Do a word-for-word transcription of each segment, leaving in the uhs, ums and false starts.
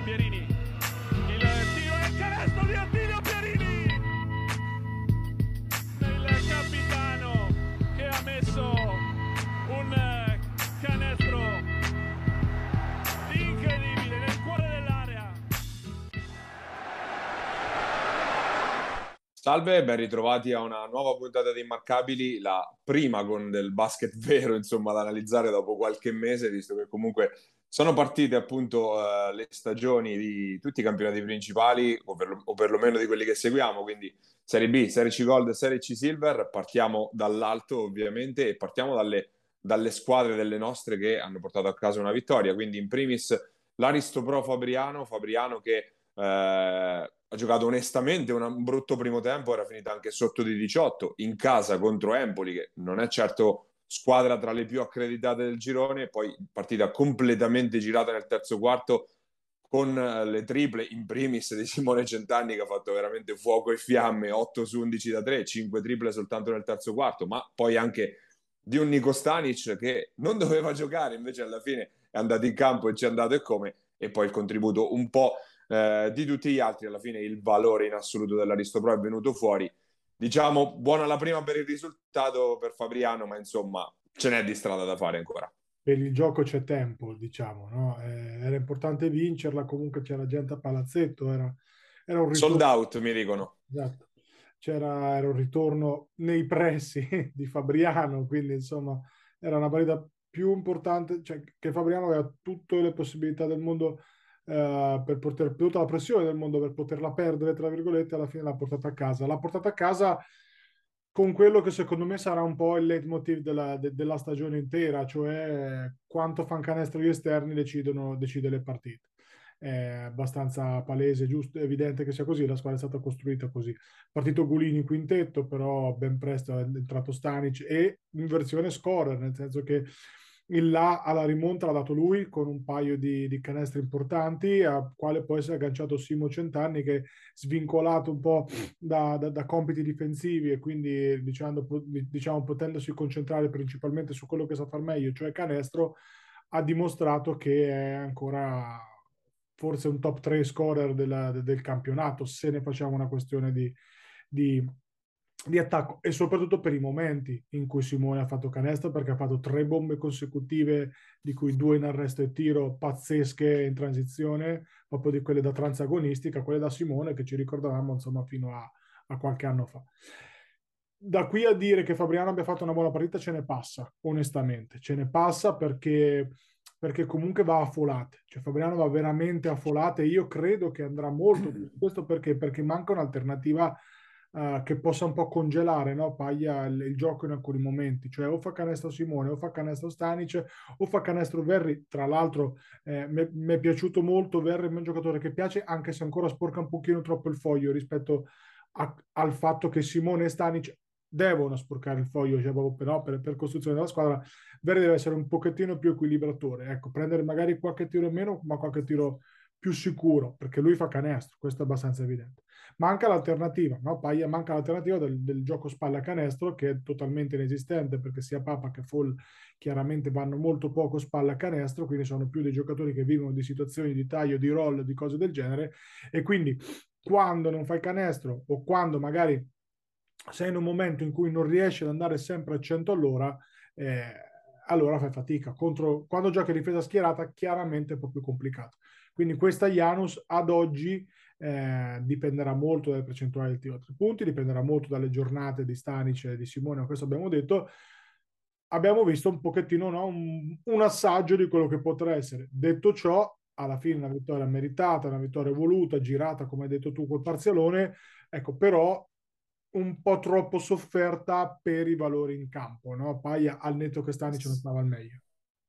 Pierini, il tiro e il canestro di Attilio Pierini, il capitano che ha messo un canestro incredibile nel cuore dell'area. Salve, ben ritrovati a una nuova puntata di Immarcabili, la prima con del basket vero, insomma, da analizzare dopo qualche mese, visto che comunque sono partite appunto eh, le stagioni di tutti i campionati principali, o, perlo- o perlomeno di quelli che seguiamo, quindi Serie B, Serie C Gold e Serie C Silver. Partiamo dall'alto ovviamente e partiamo dalle, dalle squadre delle nostre che hanno portato a casa una vittoria, quindi in primis l'Aristopro Fabriano, Fabriano che eh, ha giocato onestamente una- un brutto primo tempo, era finita anche sotto di diciotto in casa contro Empoli, che non è certo squadra tra le più accreditate del girone, poi partita completamente girata nel terzo quarto con eh, le triple in primis di Simone Centanni, che ha fatto veramente fuoco e fiamme, otto su undici da tre, cinque triple soltanto nel terzo quarto, ma poi anche di un Niko Stanic che non doveva giocare, invece alla fine è andato in campo e ci è andato e come, e poi il contributo un po' eh, di tutti gli altri. Alla fine il valore in assoluto dell'Aristopro è venuto fuori. Diciamo, buona la prima per il risultato per Fabriano, ma insomma ce n'è di strada da fare ancora. Per il gioco c'è tempo, diciamo, no? Eh, era importante vincerla, comunque c'era gente a palazzetto, era, era un Sold ritorno, out, mi dicono. esatto. C'era, era un ritorno nei pressi di Fabriano, quindi insomma era una partita più importante, cioè che Fabriano aveva tutte le possibilità del mondo eh, per poter, tutta la pressione del mondo per poterla perdere, tra virgolette, alla fine l'ha portata a casa. L'ha portata a casa con quello che secondo me sarà un po' il leitmotiv della, de- della stagione intera, cioè quanto fancanestro gli esterni decidono, decide le partite. È abbastanza palese, giusto, evidente che sia così, la squadra è stata costruita così. Partito Gulini in quintetto, però ben presto è entrato Stanic e in versione scorer, nel senso che il là alla rimonta l'ha dato lui con un paio di, di canestri importanti, a quale poi si è agganciato Simo Centanni che svincolato un po' da, da, da compiti difensivi e quindi diciamo, diciamo potendosi concentrare principalmente su quello che sa far meglio, cioè canestro, ha dimostrato che è ancora forse un top tre scorer della, del campionato, se ne facciamo una questione di, di, di attacco e soprattutto per i momenti in cui Simone ha fatto canestro, perché ha fatto tre bombe consecutive, di cui due in arresto e tiro pazzesche in transizione, proprio di quelle da transagonistica, quelle da Simone che ci ricordavamo insomma fino a, a qualche anno fa. Da qui a dire che Fabriano abbia fatto una buona partita ce ne passa, onestamente, ce ne passa perché, perché comunque va a folate, cioè Fabriano va veramente a folate e io credo che andrà molto più. Questo perché, perché manca un'alternativa uh, che possa un po' congelare, no? Paglia il, il gioco in alcuni momenti, cioè o fa canestro Simone, o fa canestro Stanic, o fa canestro Verri. Tra l'altro eh, mi è piaciuto molto Verri, è un giocatore che piace, anche se ancora sporca un pochino troppo il foglio rispetto a, al fatto che Simone e Stanic devono sporcare il foglio, cioè proprio per, per, per costruzione della squadra. Verdi deve essere un pochettino più equilibratore, ecco, prendere magari qualche tiro in meno, ma qualche tiro più sicuro, perché lui fa canestro, questo è abbastanza evidente. Manca l'alternativa, no? Paglia, manca l'alternativa del, del gioco spalla canestro, che è totalmente inesistente, perché sia Papa che Fall chiaramente vanno molto poco spalla canestro, quindi sono più dei giocatori che vivono di situazioni di taglio, di roll, di cose del genere, e quindi quando non fai canestro o quando magari sei in un momento in cui non riesci ad andare sempre a cento all'ora, eh, allora fai fatica. Contro, quando giochi a difesa schierata, chiaramente è un po' più complicato. Quindi questa Janus ad oggi eh, dipenderà molto dalle percentuali del tiro a tre punti, dipenderà molto dalle giornate di Stanic e di Simone, questo abbiamo detto. Abbiamo visto un pochettino, no, un, un assaggio di quello che potrà essere. Detto ciò, alla fine una vittoria meritata, una vittoria voluta, girata, come hai detto tu, col parzialone, ecco, però un po' troppo sofferta per i valori in campo, no? Paia al netto che Stanic non stava al meglio.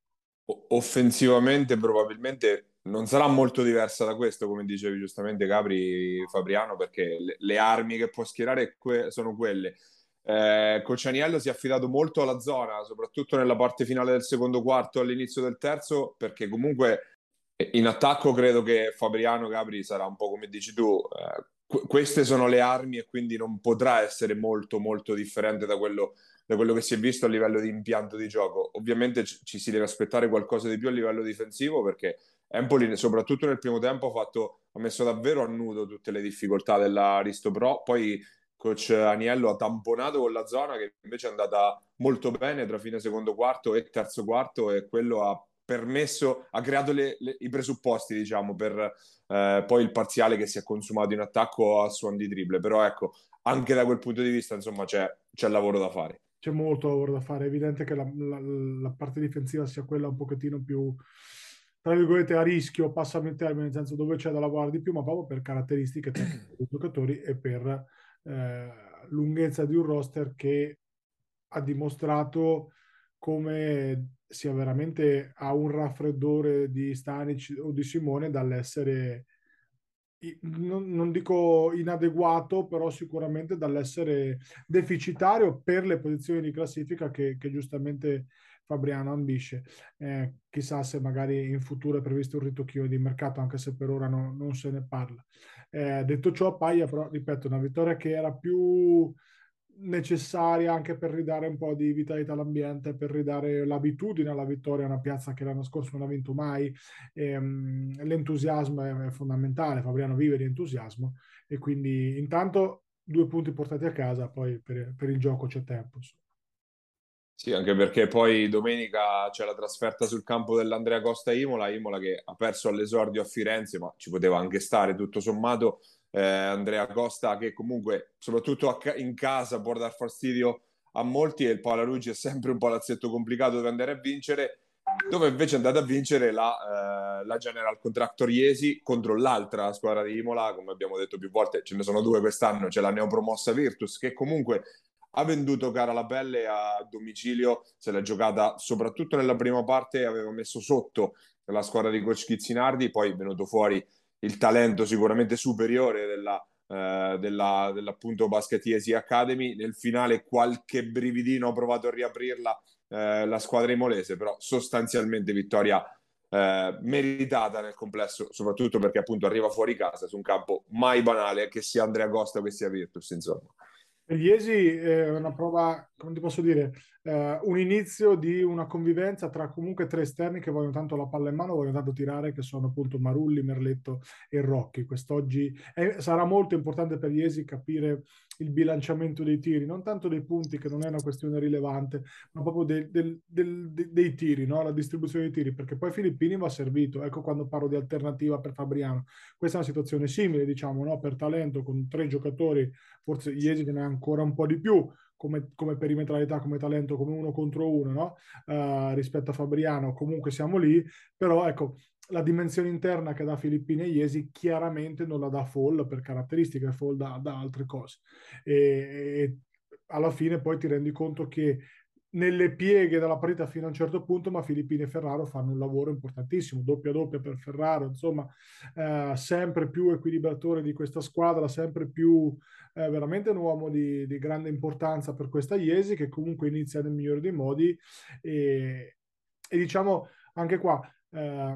Offensivamente probabilmente non sarà molto diversa da questo, come dicevi giustamente Capri, Fabriano, perché le, le armi che può schierare que- sono quelle. Eh, Coccianiello si è affidato molto alla zona, soprattutto nella parte finale del secondo quarto, all'inizio del terzo, perché comunque in attacco credo che Fabriano Capri sarà un po' come dici tu, eh, qu- queste sono le armi e quindi non potrà essere molto molto differente da quello da quello che si è visto a livello di impianto di gioco. Ovviamente ci, ci si deve aspettare qualcosa di più a livello difensivo perché Empoli, soprattutto nel primo tempo, ha fatto, ha messo davvero a nudo tutte le difficoltà dell'Aristo Pro. Poi coach Aniello ha tamponato con la zona che invece è andata molto bene tra fine secondo quarto e terzo quarto, e quello ha permesso, ha creato le, le, i presupposti, diciamo, per eh, poi il parziale che si è consumato in attacco a suon di triple. Però ecco, anche da quel punto di vista, insomma, c'è, c'è lavoro da fare. C'è molto lavoro da fare. È evidente che la, la- la parte difensiva sia quella un pochettino più, tra virgolette, a rischio, passami il termine, nel senso dove c'è da lavorare di più, ma proprio per caratteristiche tecniche dei giocatori e per eh, lunghezza di un roster che ha dimostrato come sia veramente a un raffreddore di Stanic o di Simone dall'essere i- non, non dico inadeguato, però sicuramente dall'essere deficitario per le posizioni di classifica che, che giustamente Fabriano ambisce. Eh, chissà se magari in futuro è previsto un ritocchino di mercato, anche se per ora no- non se ne parla. Eh, detto ciò, Paglia, però, ripeto, una vittoria che era più necessaria anche per ridare un po' di vitalità all'ambiente, per ridare l'abitudine alla vittoria a una piazza che l'anno scorso non ha vinto mai. Ehm, l'entusiasmo è, è fondamentale, Fabriano vive di entusiasmo e quindi intanto due punti portati a casa, poi per, per il gioco c'è tempo. Insomma. Sì, anche perché poi domenica c'è la trasferta sul campo dell'Andrea Costa Imola, Imola che ha perso all'esordio a Firenze, ma ci poteva anche stare tutto sommato. Eh, Andrea Costa che comunque, soprattutto a ca- in casa, può dar fastidio a molti, e il Palarugi è sempre un palazzetto complicato dove andare a vincere, dove invece è andata a vincere la, eh, la General Contractor Iesi contro l'altra squadra di Imola, come abbiamo detto più volte, ce ne sono due quest'anno, c'è la neopromossa Virtus che comunque ha venduto cara la pelle a domicilio, se l'è giocata soprattutto nella prima parte, aveva messo sotto la squadra di coach Chizzinardi, poi è venuto fuori il talento sicuramente superiore della, eh, della, dell'appunto Basket Iesi Academy. Nel finale qualche brividino ha provato a riaprirla eh, la squadra imolese, però sostanzialmente vittoria eh, meritata nel complesso, soprattutto perché appunto arriva fuori casa su un campo mai banale, che sia Andrea Costa che sia Virtus, insomma. Per Iesi è una prova, come ti posso dire, eh, un inizio di una convivenza tra comunque tre esterni che vogliono tanto la palla in mano, vogliono tanto tirare, che sono appunto Marulli, Merletto e Rocchi. Quest'oggi è- sarà molto importante per Iesi capire il bilanciamento dei tiri, non tanto dei punti, che non è una questione rilevante, ma proprio del- del- del- de- dei tiri, no? La distribuzione dei tiri, perché poi Filippini va servito. Ecco quando parlo di alternativa per Fabriano. Questa è una situazione simile, diciamo, no? Per talento, con tre giocatori, forse Iesi ce n'è ancora un po' di più come, come perimetralità, come talento, come uno contro uno, no? Uh, rispetto a Fabriano, comunque siamo lì, però ecco, la dimensione interna che dà Filippini e Iesi chiaramente non la dà Fall per caratteristiche, Fall da, da altre cose. E, e alla fine poi ti rendi conto che nelle pieghe della partita fino a un certo punto, ma Filippini e Ferraro fanno un lavoro importantissimo, doppia doppia per Ferraro, insomma, eh, sempre più equilibratore di questa squadra, sempre più eh, veramente un uomo di, di, grande importanza per questa Iesi, che comunque inizia nel migliore dei modi e, e diciamo anche qua eh,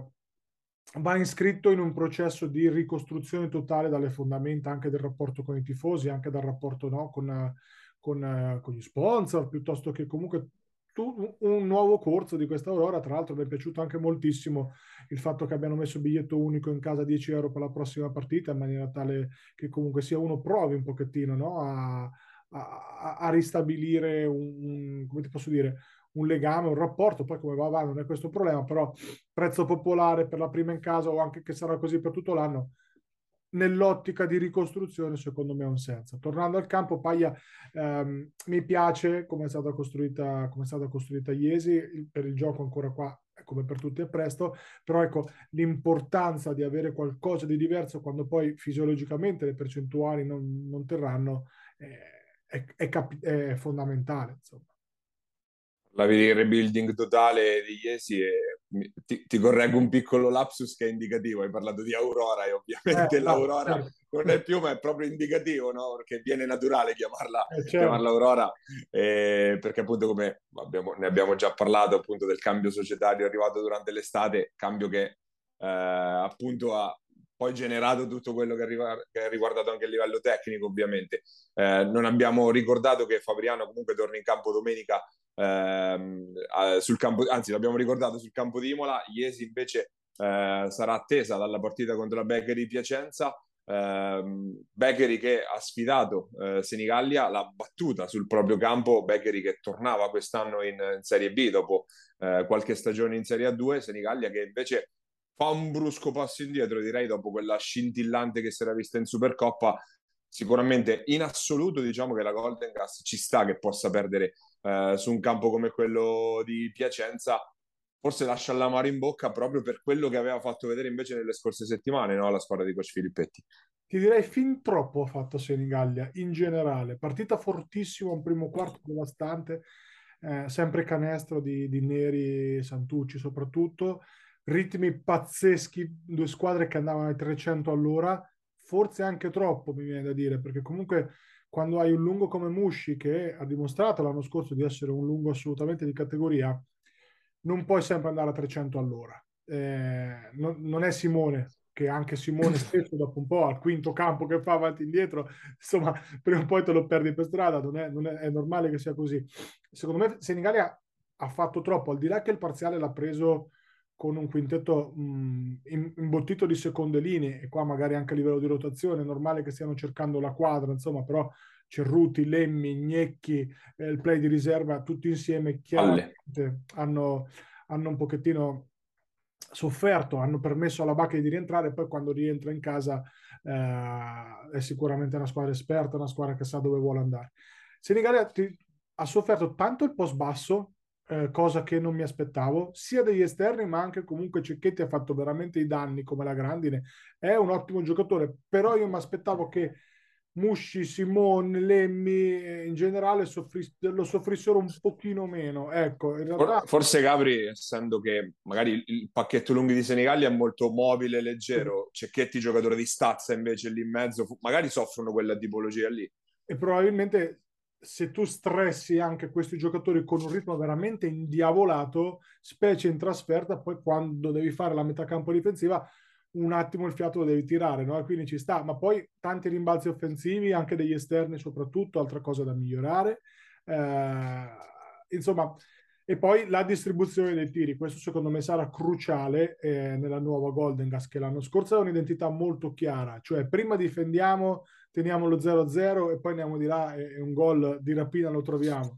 va iscritto in un processo di ricostruzione totale dalle fondamenta anche del rapporto con i tifosi, anche dal rapporto no, con, con, eh, con gli sponsor, piuttosto che comunque tu, un nuovo corso di questa Aurora. Tra l'altro mi è piaciuto anche moltissimo il fatto che abbiano messo biglietto unico in casa dieci euro per la prossima partita, in maniera tale che comunque sia uno provi un pochettino no, a, a, a, ristabilire un, un, come ti posso dire, un legame, un rapporto, poi come va avanti non è questo il problema, però prezzo popolare per la prima in casa o anche che sarà così per tutto l'anno, nell'ottica di ricostruzione secondo me ha un senso. Tornando al campo, Paglia ehm, mi piace come è stata costruita, come è stata costruita Iesi, per il gioco ancora qua come per tutti è presto, però ecco l'importanza di avere qualcosa di diverso quando poi fisiologicamente le percentuali non, non terranno eh, è, è, capi- è fondamentale insomma. Parlavi di rebuilding totale di Iesi e mi- ti, ti correggo un piccolo lapsus che è indicativo. Hai parlato di Aurora e Eh, ovviamente no, l'Aurora certo, non è più, ma è proprio indicativo, no? Perché viene naturale chiamarla, eh, certo. chiamarla Aurora, eh, perché appunto come abbiamo- ne abbiamo già parlato appunto del cambio societario arrivato durante l'estate, cambio che eh, appunto ha poi generato tutto quello che, arriva, che ha riguardato anche il livello tecnico, ovviamente. Eh, non abbiamo ricordato che Fabriano comunque torna in campo domenica ehm, sul campo, anzi l'abbiamo ricordato sul campo di Imola. Iesi invece eh, sarà attesa dalla partita contro la Beccheri di Piacenza. Eh, Beccheri che ha sfidato eh, Senigallia, l'ha battuta sul proprio campo. Beccheri che tornava quest'anno in, in Serie B dopo eh, qualche stagione in Serie A due. Senigallia che invece fa un brusco passo indietro, direi, dopo quella scintillante che si era vista in Supercoppa. Sicuramente in assoluto diciamo che la Golden Gas ci sta che possa perdere eh, su un campo come quello di Piacenza. Forse lascia l'amaro in bocca proprio per quello che aveva fatto vedere invece nelle scorse settimane, no? La squadra di coach Filippetti. Ti direi fin troppo ha fatto Senigallia in generale. Partita fortissima, un primo quarto devastante, eh, sempre canestro di, di Neri e Santucci soprattutto, ritmi pazzeschi, due squadre che andavano ai trecento all'ora, forse anche troppo mi viene da dire, perché comunque quando hai un lungo come Musci che ha dimostrato l'anno scorso di essere un lungo assolutamente di categoria, non puoi sempre andare a trecento all'ora. Eh, non, non è Simone, che anche Simone stesso dopo un po' al quinto campo che fa avanti e indietro, insomma, prima o poi te lo perdi per strada, non è, non è, è normale che sia così. Secondo me Senigallia ha fatto troppo, al di là che il parziale l'ha preso con un quintetto mh, imbottito di seconde linee, e qua magari anche a livello di rotazione è normale che stiano cercando la quadra, insomma, però Cerruti, Lemmi, Gnecchi, eh, il play di riserva, tutti insieme Alle. chiaramente hanno, hanno un pochettino sofferto, hanno permesso alla Bacchi di rientrare, poi quando rientra in casa eh, è sicuramente una squadra esperta, una squadra che sa dove vuole andare. Senigallia ti, ha sofferto tanto il post basso, eh, cosa che non mi aspettavo, sia degli esterni, ma anche comunque Cecchetti ha fatto veramente i danni come la grandine, è un ottimo giocatore, però io mi aspettavo che Musci, Simone, Lemmi eh, in generale soffris- lo soffrissero un pochino meno. Ecco, in realtà Forse Capri, essendo che magari il pacchetto lunghi di Senigallia è molto mobile, leggero, Cecchetti, giocatore di stazza invece lì in mezzo, magari soffrono quella tipologia lì. e probabilmente se tu stressi anche questi giocatori con un ritmo veramente indiavolato, specie in trasferta, poi quando devi fare la metà campo difensiva, un attimo il fiato lo devi tirare, no? E quindi ci sta, ma poi tanti rimbalzi offensivi, anche degli esterni soprattutto, altra cosa da migliorare. Eh, insomma, e poi la distribuzione dei tiri, questo secondo me sarà cruciale eh, nella nuova Golden Gas, che l'anno scorso aveva un'identità molto chiara, cioè prima difendiamo, teniamo lo zero a zero e poi andiamo di là e, e un gol di rapina lo troviamo.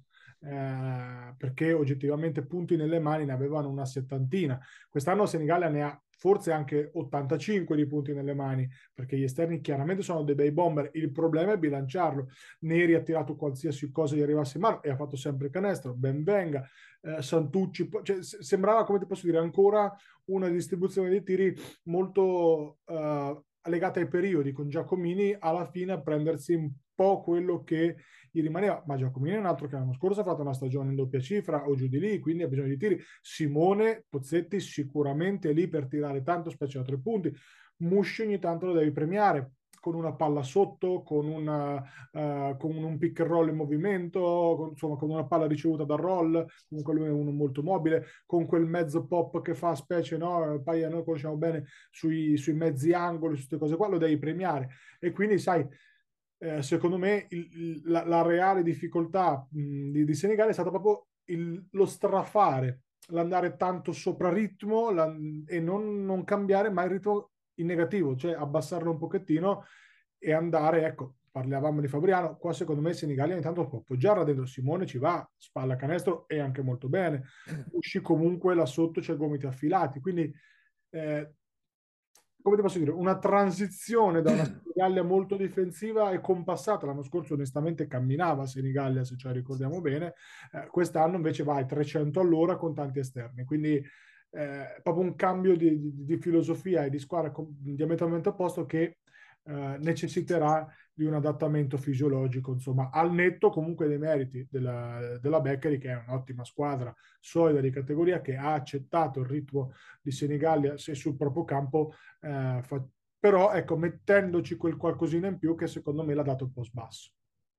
Eh, perché oggettivamente punti nelle mani ne avevano una settantina. Quest'anno Senigallia ne ha forse anche ottantacinque di punti nelle mani, perché gli esterni chiaramente sono dei bei bomber. Il problema è bilanciarlo. Neri ha tirato qualsiasi cosa gli arrivasse in mano e ha fatto sempre canestro, ben venga. Eh, Santucci, cioè, sembrava, come ti posso dire, ancora una distribuzione dei tiri molto uh, legata ai periodi, con Giacomini alla fine a prendersi un po' quello che gli rimaneva, ma Giacomini è un altro che l'anno scorso ha fatto una stagione in doppia cifra o giù di lì, quindi ha bisogno di tiri. Simone Pozzetti sicuramente è lì per tirare tanto, specie a tre punti. Musci ogni tanto lo devi premiare con una palla sotto, con, una, uh, con un pick and roll in movimento, con, insomma con una palla ricevuta dal roll, comunque lui è uno molto mobile, con quel mezzo pop che fa, specie, no? Paia noi conosciamo bene sui, sui mezzi angoli, su queste cose qua, lo devi premiare. E quindi sai, eh, secondo me il, la, la, reale difficoltà mh, di, di Senegal è stata proprio il, lo strafare, l'andare tanto sopra ritmo la, e non, non cambiare mai il ritmo in negativo, cioè abbassarlo un pochettino e andare, ecco, parlavamo di Fabriano, qua secondo me Senigallia intanto può appoggiarla dentro, Simone ci va, spalla canestro e anche molto bene, usci comunque là sotto c'è gomiti affilati, quindi eh, come ti posso dire, una transizione da una Senigallia molto difensiva e compassata. L'anno scorso onestamente camminava Senigallia, se ce la ricordiamo bene, eh, quest'anno invece va ai trecento all'ora con tanti esterni, quindi eh, proprio un cambio di, di, di filosofia e di squadra diametralmente opposto che eh, necessiterà di un adattamento fisiologico, insomma, al netto comunque dei meriti della, della Beccheri, che è un'ottima squadra solida di categoria, che ha accettato il ritmo di Senigallia se sul proprio campo, eh, fa... però ecco, mettendoci quel qualcosina in più che secondo me l'ha dato un po' sbasso.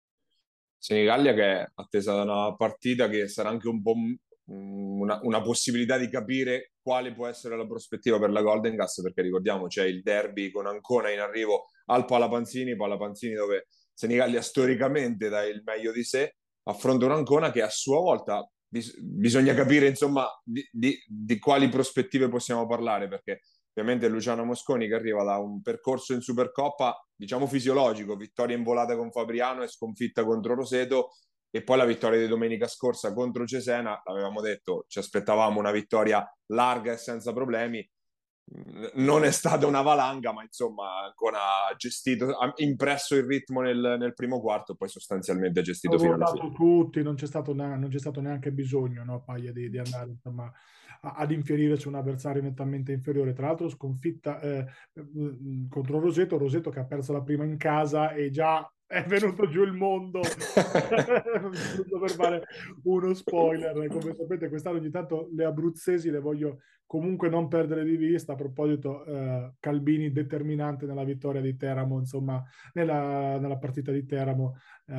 Senigallia che è attesa da una partita che sarà anche un po' una, una possibilità di capire quale può essere la prospettiva per la Golden Gas, perché ricordiamo c'è il derby con Ancona in arrivo al Palapanzini, Palapanzini dove Senigallia storicamente dà il meglio di sé, affronta un Ancona che a sua volta bis- bisogna capire insomma di, di, di quali prospettive possiamo parlare, perché ovviamente Luciano Mosconi che arriva da un percorso in Supercoppa, diciamo fisiologico, vittoria in volata con Fabriano e sconfitta contro Roseto, e poi la vittoria di domenica scorsa contro Cesena, avevamo detto, ci aspettavamo una vittoria larga e senza problemi. Non è stata una valanga, ma insomma ancora ha gestito, ha impresso il ritmo nel, nel primo quarto, poi sostanzialmente ha gestito fino alla Ruotato fine. tutti, non c'è stato, ne- non c'è stato neanche bisogno, no, Paglia, di, di andare insomma, a- ad infierire su un avversario nettamente inferiore. Tra l'altro sconfitta eh, eh, contro Roseto, Roseto che ha perso la prima in casa e già è venuto giù il mondo. Giusto per fare uno spoiler, come sapete quest'anno ogni tanto le abruzzesi le voglio comunque non perdere di vista. A proposito, eh, Calbini determinante nella vittoria di Teramo, insomma, nella, nella partita di Teramo.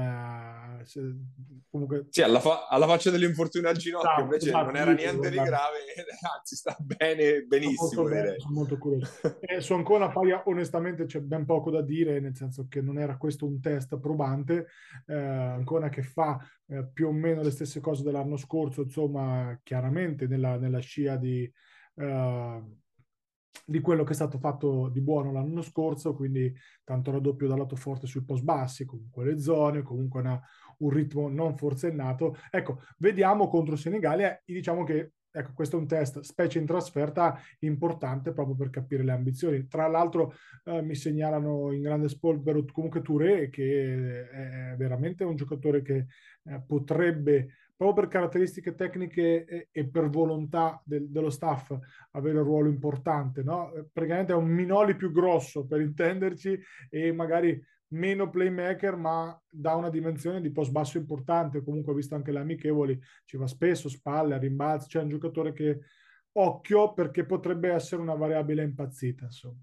Eh, se, comunque, Sì, alla, fa- alla faccia dell'infortunio al ginocchio, esatto, invece non esatto, era io, niente di guarda, grave, anzi sta bene, sono molto benissimo bello, direi. sono molto curioso. E su Ancona Paglia onestamente c'è ben poco da dire, nel senso che non era questo un test probante. Eh, Ancona che fa eh, più o meno le stesse cose dell'anno scorso, insomma, chiaramente nella, nella scia di, eh, di quello che è stato fatto di buono l'anno scorso, quindi tanto raddoppio dal lato forte sui post bassi, comunque le zone, comunque una, un ritmo non forsennato. Ecco, vediamo contro Senigallia, e diciamo che ecco, questo è un test, specie in trasferta, importante proprio per capire le ambizioni. Tra l'altro eh, mi segnalano in grande spolvero comunque Touré, che è veramente un giocatore che eh, potrebbe, proprio per caratteristiche tecniche e, e per volontà del, dello staff, avere un ruolo importante, no? Praticamente è un Minoli più grosso, per intenderci, e magari meno playmaker, ma da una dimensione di post basso importante. Comunque, visto anche le amichevoli, ci va spesso, spalle, a rimbalzi, c'è un giocatore che occhio perché potrebbe essere una variabile impazzita, insomma.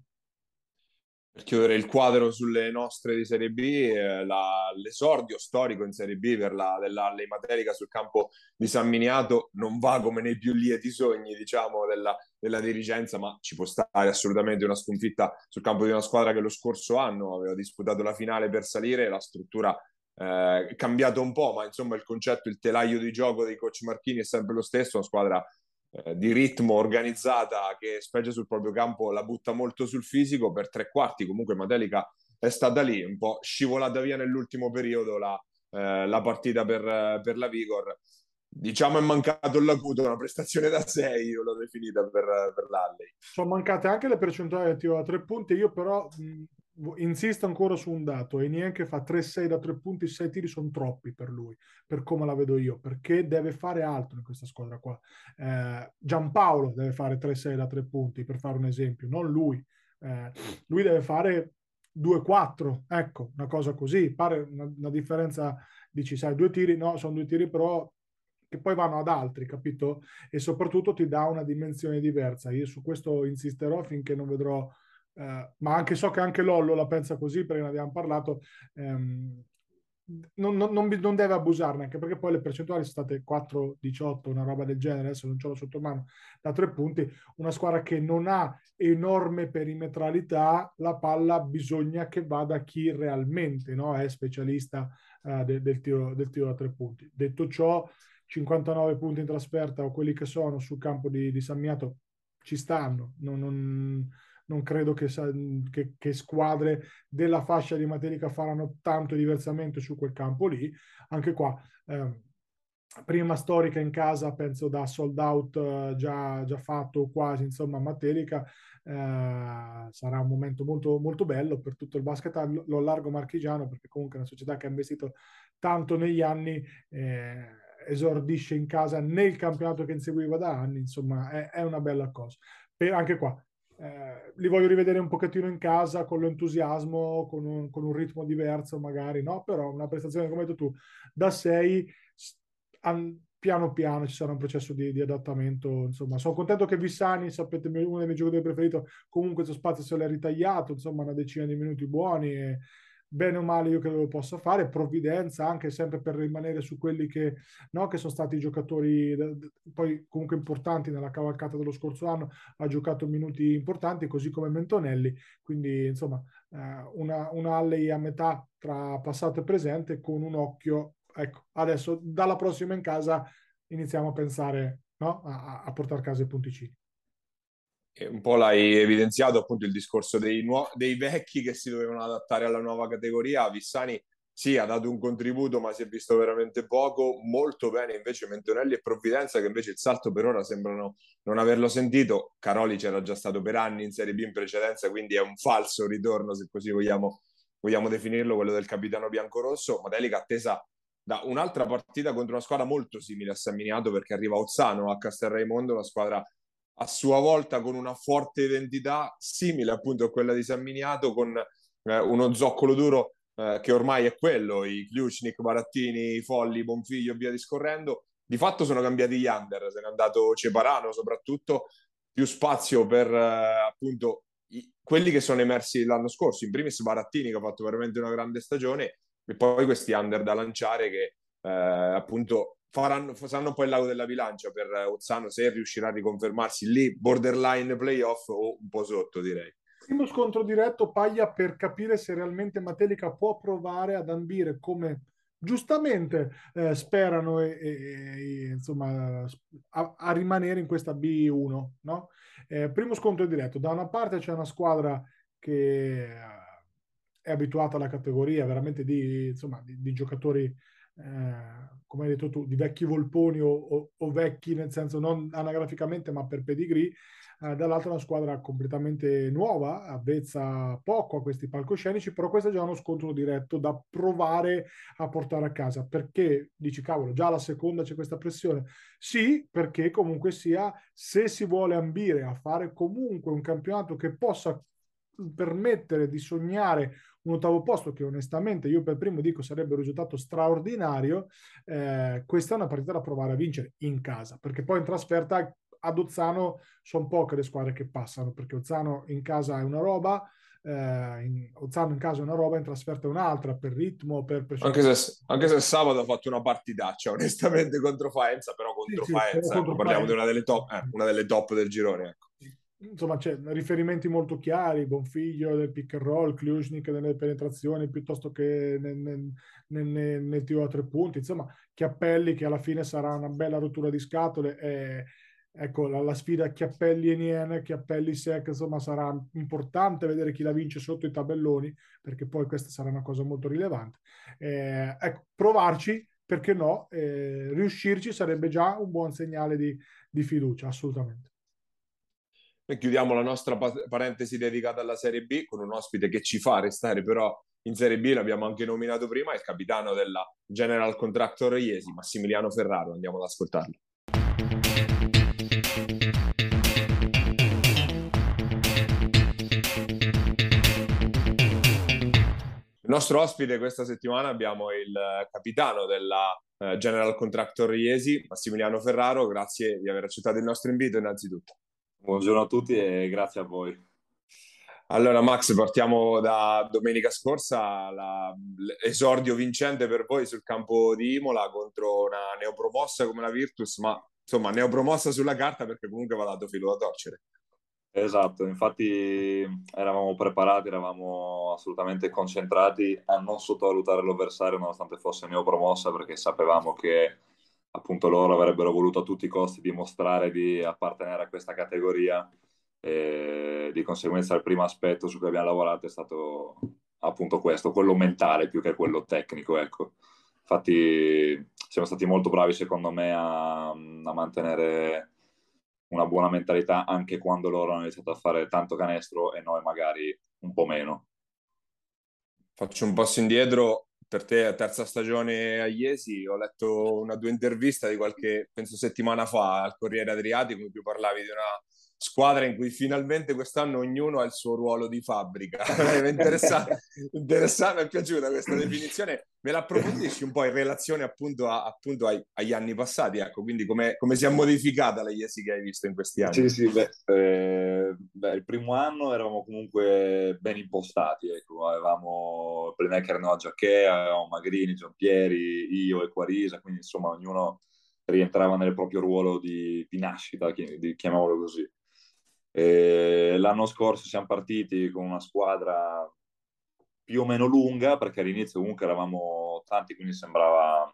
Per chiudere il quadro sulle nostre di Serie B, eh, la- l'esordio storico in Serie B per la, dell'Alley Matelica sul campo di San Miniato non va come nei più lieti sogni, diciamo, della, della dirigenza, ma ci può stare assolutamente una sconfitta sul campo di una squadra che lo scorso anno aveva disputato la finale per salire, la struttura eh, è cambiata un po', ma insomma il concetto, il telaio di gioco dei coach Marchini è sempre lo stesso, una squadra eh, di ritmo organizzata che specie sul proprio campo la butta molto sul fisico per tre quarti. Comunque Matelica è stata lì, un po' scivolata via nell'ultimo periodo la, eh, la partita per, per la Vigor. Diciamo è mancato l'acuto, una prestazione da sei, io l'ho definita per, per l'Alley. Sono mancate anche le percentuali del tiro da tre punti. Io però mh, insisto ancora su un dato: e neanche fa tre sei da tre punti, sei tiri sono troppi per lui, per come la vedo io, perché deve fare altro in questa squadra qua. Eh, Giampaolo deve fare tre sei da tre punti, per fare un esempio, non lui. Eh, lui deve fare due quattro, ecco, una cosa così. Pare una, una differenza, dici, sai, due tiri, no, sono due tiri però che poi vanno ad altri, capito? E soprattutto ti dà una dimensione diversa. Io su questo insisterò finché non vedrò, eh, ma anche so che anche Lollo la pensa così, perché ne abbiamo parlato. ehm, non, non- non bi- non deve abusarne, anche perché poi le percentuali sono state quattro diciotto, una roba del genere, adesso non ce l'ho sotto mano, da tre punti. Una squadra che non ha enorme perimetralità, la palla bisogna che vada a chi realmente, no, è specialista eh, de- del tiro, del tiro da tre punti. Detto ciò, cinquantanove punti in trasferta o quelli che sono sul campo di, di San Miniato ci stanno. Non, non- non credo che, sa- che- che squadre della fascia di Matelica faranno tanto diversamente su quel campo lì. Anche qua, eh, prima storica in casa, penso da sold out eh, già, già fatto quasi, insomma, a Matelica. Eh, sarà un momento molto, molto bello per tutto il basket lo lo largo marchigiano, perché comunque è una società che ha investito tanto negli anni. eh, Esordisce in casa nel campionato che inseguiva da anni, insomma, è, è una bella cosa. Per, anche qua, eh, li voglio rivedere un pochettino in casa con l'entusiasmo, con un, con un ritmo diverso magari, no? Però una prestazione come hai detto tu, da sei, piano piano ci sarà un processo di, di adattamento, insomma. Sono contento che Vissani, sapete, uno dei miei giocatori preferiti, comunque il suo spazio se l'è ritagliato, insomma, una decina di minuti buoni, e bene o male io credo lo possa fare. Provvidenza anche sempre per rimanere su quelli che, no, che sono stati i giocatori poi comunque importanti nella cavalcata dello scorso anno, ha giocato minuti importanti, così come Mentonelli. Quindi insomma eh, una, una Alley a metà tra passato e presente, con un occhio, ecco, adesso dalla prossima in casa iniziamo a pensare, no? a, a portare a casa i punticini. E un po' l'hai evidenziato appunto il discorso dei, nuo- dei vecchi che si dovevano adattare alla nuova categoria. Vissani sì, ha dato un contributo, ma si è visto veramente poco. Molto bene invece Mentonelli e Provvidenza, che invece il salto per ora sembrano non averlo sentito. Caroli c'era già stato per anni in Serie B in precedenza, quindi è un falso ritorno, se così vogliamo, vogliamo definirlo, quello del capitano biancorosso. Modelica attesa da un'altra partita contro una squadra molto simile a San Miniato, perché arriva Ozzano a Castelraimondo, una squadra a sua volta con una forte identità simile appunto a quella di San Miniato, con eh, uno zoccolo duro eh, che ormai è quello, i Kliuchnik, Barattini, Folli, Bonfiglio e via discorrendo. Di fatto sono cambiati gli under, se n'è andato Ceparano soprattutto, più spazio per eh, appunto i, quelli che sono emersi l'anno scorso, in primis Barattini che ha fatto veramente una grande stagione e poi questi under da lanciare che eh, appunto faranno, saranno poi il lago della bilancia per Ozzano se riuscirà a riconfermarsi lì borderline playoff o un po' sotto, direi. Primo scontro diretto, Paglia, per capire se realmente Matelica può provare ad ambire come giustamente eh, sperano e, e- e, insomma, a, a rimanere in questa B uno, no? Eh, primo scontro diretto, da una parte c'è una squadra che eh, è abituata alla categoria veramente di, insomma, di, di giocatori, eh, come hai detto tu, di vecchi volponi o, o- o vecchi nel senso non anagraficamente ma per pedigree. Eh, dall'altra una squadra completamente nuova, avvezza poco a questi palcoscenici, però questo è già uno scontro diretto da provare a portare a casa. Perché dici, cavolo, già alla seconda c'è questa pressione? Sì, perché comunque sia, se si vuole ambire a fare comunque un campionato che possa permettere di sognare un ottavo posto, che onestamente io per primo dico sarebbe un risultato straordinario, eh, questa è una partita da provare a vincere in casa, perché poi in trasferta ad Ozzano sono poche le squadre che passano, perché Ozzano in casa è una roba, eh, in, Ozzano in casa è una roba, in trasferta è un'altra, per ritmo, per Anche pressione. se, anche se sabato ha fatto una partitaccia, onestamente, contro Faenza, però Sì, contro sì, però Faenza, ecco, contro parliamo di Faenza. una delle top, eh, una delle top del girone, ecco. Insomma, c'è riferimenti molto chiari, Bonfiglio del pick and roll, Kliušnik nelle penetrazioni piuttosto che nel, nel, nel, nel tiro a tre punti, insomma, Chiappelli che alla fine sarà una bella rottura di scatole. E, ecco, la, la sfida Chiappelli e Nien, Chiappelli Sec, insomma, sarà importante vedere chi la vince sotto i tabelloni, perché poi questa sarà una cosa molto rilevante. Eh, ecco, provarci, perché no? Eh, riuscirci sarebbe già un buon segnale di, di fiducia, assolutamente. Noi chiudiamo la nostra pa- parentesi dedicata alla Serie B con un ospite che ci fa restare però in Serie B, l'abbiamo anche nominato prima, il capitano della General Contractor Iesi, Massimiliano Ferraro. Andiamo ad ascoltarlo. Il nostro ospite questa settimana abbiamo il capitano della eh, General Contractor Iesi, Massimiliano Ferraro. Grazie di aver accettato il nostro invito innanzitutto. Buongiorno a tutti e grazie a voi. Allora, Max, partiamo da domenica scorsa, la- l'esordio vincente per voi sul campo di Imola contro una neopromossa come la Virtus, ma insomma, neopromossa sulla carta perché comunque va dato filo da torcere. Esatto, infatti eravamo preparati, eravamo assolutamente concentrati a non sottovalutare l'avversario nonostante fosse neopromossa perché sapevamo che appunto loro avrebbero voluto a tutti i costi dimostrare di appartenere a questa categoria e di conseguenza il primo aspetto su cui abbiamo lavorato è stato appunto questo, quello mentale più che quello tecnico, ecco. Infatti siamo stati molto bravi secondo me a, a mantenere una buona mentalità anche quando loro hanno iniziato a fare tanto canestro e noi magari un po' meno. Faccio un passo indietro per te, terza stagione a Iesi. Ho letto una tua intervista di qualche, penso, settimana fa al Corriere Adriatico in cui parlavi di una squadra in cui finalmente quest'anno ognuno ha il suo ruolo di fabbrica. Mi interessa, interessa, mi è piaciuta questa definizione. Me la approfondisci un po' in relazione appunto, a- appunto ai- agli anni passati, ecco, quindi come, come si è modificata la Iesi che hai visto in questi anni? Sì, sì, beh, eh, beh, il primo anno eravamo comunque ben impostati, ecco. Avevamo playmaker Noah Giacché, avevamo Magrini, Giampieri, io e Quarisa, quindi insomma ognuno rientrava nel proprio ruolo di, di nascita, chi- di- chiamiamolo così. E l'anno scorso siamo partiti con una squadra più o meno lunga, perché all'inizio comunque eravamo tanti, quindi sembrava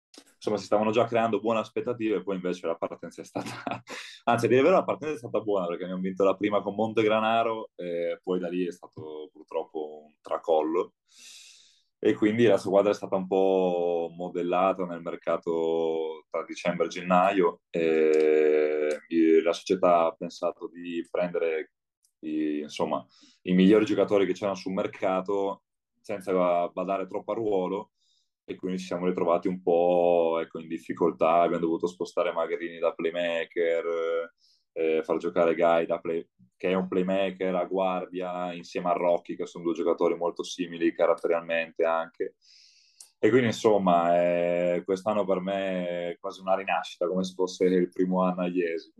insomma si stavano già creando buone aspettative e poi invece la partenza è stata, anzi a dire il vero la partenza è stata buona perché abbiamo vinto la prima con Montegranaro e poi da lì è stato purtroppo un tracollo e quindi la squadra è stata un po' modellata nel mercato tra dicembre e gennaio e la società ha pensato di prendere i, insomma, i migliori giocatori che c'erano sul mercato senza badare troppo a ruolo e quindi ci siamo ritrovati un po', ecco, in difficoltà, abbiamo dovuto spostare Magherini da playmaker, eh, far giocare Gai da play, che è un playmaker a guardia insieme a Rocchi, che sono due giocatori molto simili caratterialmente anche. E quindi insomma eh, quest'anno per me è quasi una rinascita, come se fosse il primo anno a Iesi.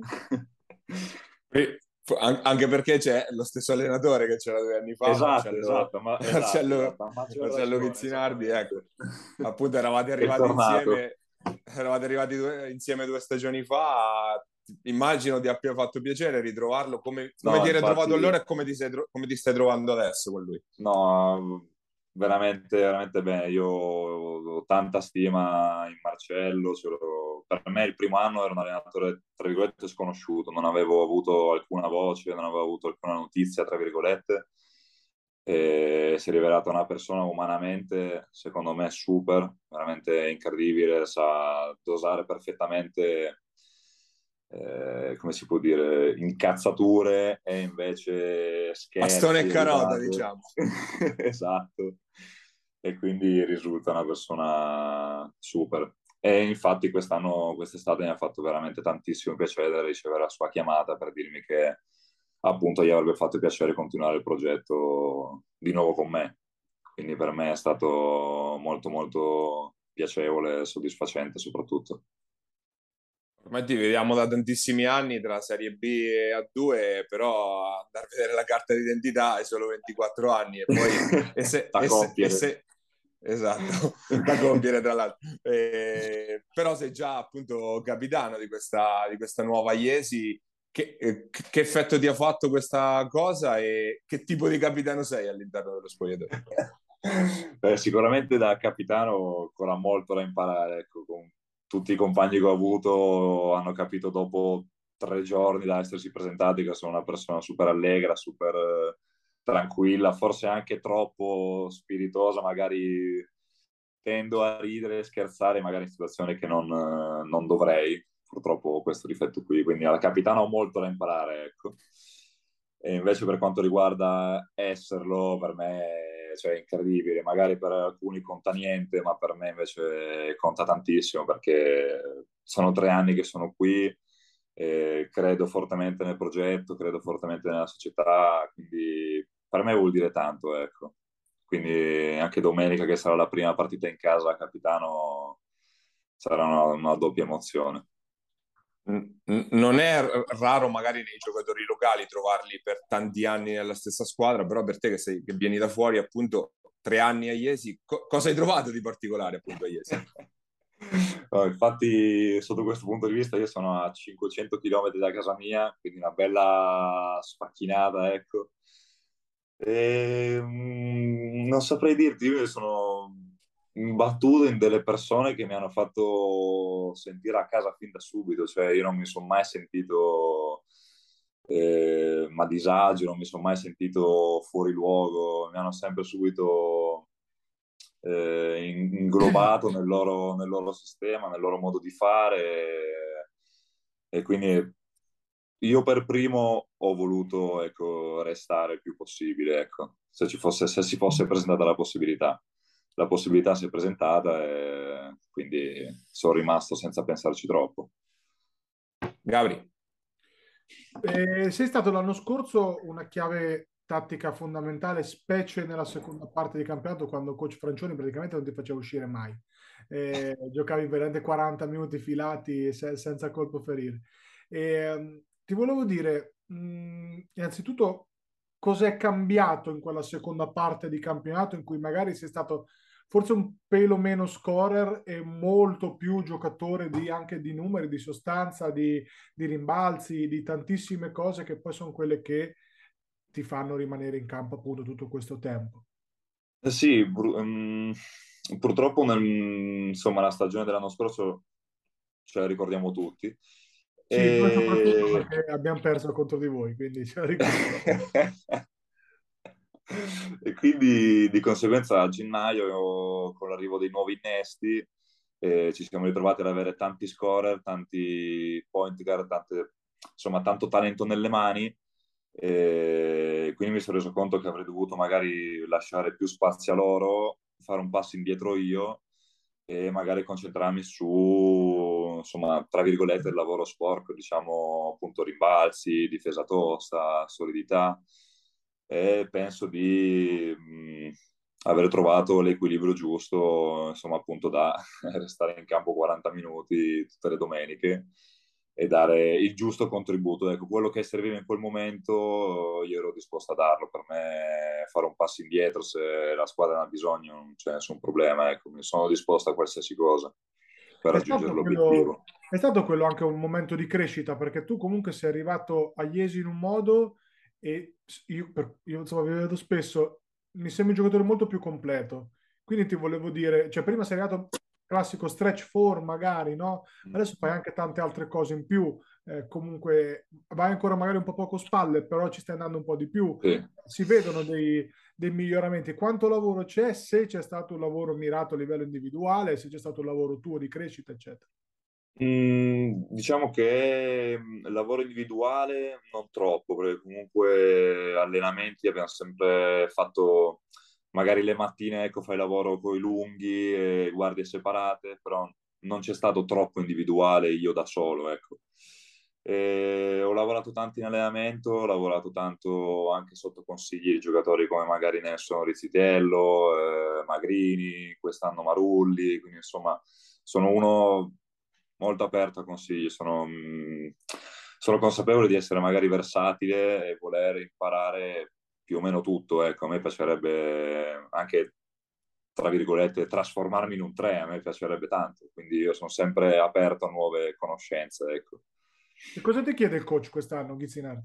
Anche perché c'è lo stesso allenatore che c'era due anni fa, Esatto, Marcello, esatto, ma, esatto, Marcello, esatto, a maggior Marcello ragione, Chizzinardi, ecco, esattamente. appunto eravate È arrivati tornato. insieme, eravate arrivati due, insieme due stagioni fa, immagino ti abbia fatto piacere ritrovarlo, come, come No, ti eri trovato infatti, allora e come ti, sei, come ti stai trovando adesso con lui? no, veramente, veramente bene. Io ho tanta stima in Marcello. Ce l'ho- per me il primo anno era un allenatore, tra virgolette, sconosciuto. Non avevo avuto alcuna voce, non avevo avuto alcuna notizia, tra virgolette. E si è rivelata una persona umanamente, secondo me, super, veramente incredibile. Sa dosare perfettamente eh, come si può dire, incazzature e invece Bastone e scherzi e carota, risate. diciamo. Esatto. E quindi risulta una persona super. E infatti quest'anno, quest'estate mi ha fatto veramente tantissimo piacere ricevere la sua chiamata per dirmi che appunto gli avrebbe fatto piacere continuare il progetto di nuovo con me. Quindi per me è stato molto molto piacevole e soddisfacente soprattutto. Ormai ti vediamo da tantissimi anni tra Serie B e A due, però andare a vedere la carta d'identità hai solo ventiquattro anni e poi e se, Da e se, e compiere. se- esatto, da compiere tra l'altro. Eh, però sei già appunto capitano di questa, di questa nuova Iesi. Che, eh, che effetto ti ha fatto questa cosa e che tipo di capitano sei all'interno dello spogliatoio? Beh, sicuramente da capitano ho ancora molto da imparare. Ecco, con tutti i compagni che ho avuto hanno capito dopo tre giorni da essersi presentati che sono una persona super allegra, super eh, tranquilla, forse anche troppo spiritosa, magari tendo a ridere e scherzare magari in situazioni che non, eh, non dovrei, purtroppo ho questo difetto qui, quindi alla capitano ho molto da imparare, ecco. E invece per quanto riguarda esserlo, per me cioè, è incredibile, magari per alcuni conta niente, ma per me invece conta tantissimo perché sono tre anni che sono qui, e credo fortemente nel progetto, credo fortemente nella società, quindi per me vuol dire tanto, ecco. Quindi anche domenica, che sarà la prima partita in casa, capitano, sarà una, una doppia emozione. Non è raro magari nei giocatori locali trovarli per tanti anni nella stessa squadra, però per te che, sei, che vieni da fuori appunto tre anni a Iesi, co- cosa hai trovato di particolare appunto a Iesi? No, infatti, sotto questo punto di vista, io sono a cinquecento chilometri da casa mia, quindi una bella sfacchinata, ecco. E, mm, non saprei dirti, io sono imbattuto in delle persone che mi hanno fatto sentire a casa fin da subito, cioè io non mi sono mai sentito eh, a disagio, non mi sono mai sentito fuori luogo, mi hanno sempre subito eh, inglobato nel loro, nel loro sistema, nel loro modo di fare e, e quindi io per primo ho voluto ecco, restare il più possibile, ecco, se ci fosse, se si fosse presentata la possibilità. La possibilità si è presentata e quindi sono rimasto senza pensarci troppo. Gabri. Eh, sei stato l'anno scorso una chiave tattica fondamentale, specie nella seconda parte di campionato, quando coach Francioni praticamente non ti faceva uscire mai. Eh, giocavi veramente quaranta minuti filati se- senza colpo ferire. E, um, ti volevo dire, mh, innanzitutto, cos'è cambiato in quella seconda parte di campionato in cui magari sei stato forse un pelo meno scorer e molto più giocatore di, anche di numeri, di sostanza, di di rimbalzi, di tantissime cose che poi sono quelle che ti fanno rimanere in campo appunto tutto questo tempo. Eh sì, pur- mm, purtroppo nel- insomma, la stagione dell'anno scorso ce la ricordiamo tutti. Sì, noi soprattutto E... perché abbiamo perso contro di voi, quindi ce la ricordiamo. E quindi di conseguenza a gennaio, con l'arrivo dei nuovi innesti, eh, ci siamo ritrovati ad avere tanti scorer, tanti point guard, tante- insomma tanto talento nelle mani. E quindi mi sono reso conto che avrei dovuto magari lasciare più spazio a loro, fare un passo indietro io e magari concentrarmi su, insomma, tra virgolette, il lavoro sporco, diciamo appunto rimbalzi, difesa tosta, solidità. E penso di mh, aver trovato l'equilibrio giusto, insomma, appunto da restare in campo quaranta minuti tutte le domeniche e dare il giusto contributo. Ecco, quello che serviva in quel momento io ero disposto a darlo. Per me fare un passo indietro se la squadra ne ha bisogno non c'è nessun problema. Ecco, mi sono disposto a qualsiasi cosa per È raggiungere stato quello, l'obiettivo. è stato quello anche un momento di crescita, perché tu comunque sei arrivato a Iesi in un modo e io, per- io, insomma, vi vedo spesso, mi sembri un giocatore molto più completo. Quindi ti volevo dire, cioè prima sei arrivato classico stretch four magari, no? Adesso fai anche tante altre cose in più, eh, comunque vai ancora magari un po' poco spalle, però ci stai andando un po' di più. Sì. Si vedono dei, dei miglioramenti. Quanto lavoro c'è? Se c'è stato un lavoro mirato a livello individuale, se c'è stato un lavoro tuo di crescita, eccetera. Mm, diciamo che mm, lavoro individuale non troppo, perché comunque allenamenti abbiamo sempre fatto, magari le mattine, ecco, fai lavoro con i lunghi e guardie separate, però non c'è stato troppo individuale io da solo, ecco. E ho lavorato tanto in allenamento, ho lavorato tanto anche sotto consigli di giocatori come magari Nelson Rizzitello, eh, Magrini, quest'anno Marulli, quindi insomma sono uno molto aperto a consigli, sono, mh, sono consapevole di essere magari versatile e voler imparare più o meno tutto. Ecco, a me piacerebbe anche, tra virgolette, trasformarmi in un tre, a me piacerebbe tanto, quindi io sono sempre aperto a nuove conoscenze, ecco. E cosa ti chiede il coach quest'anno, Ghizzinardi?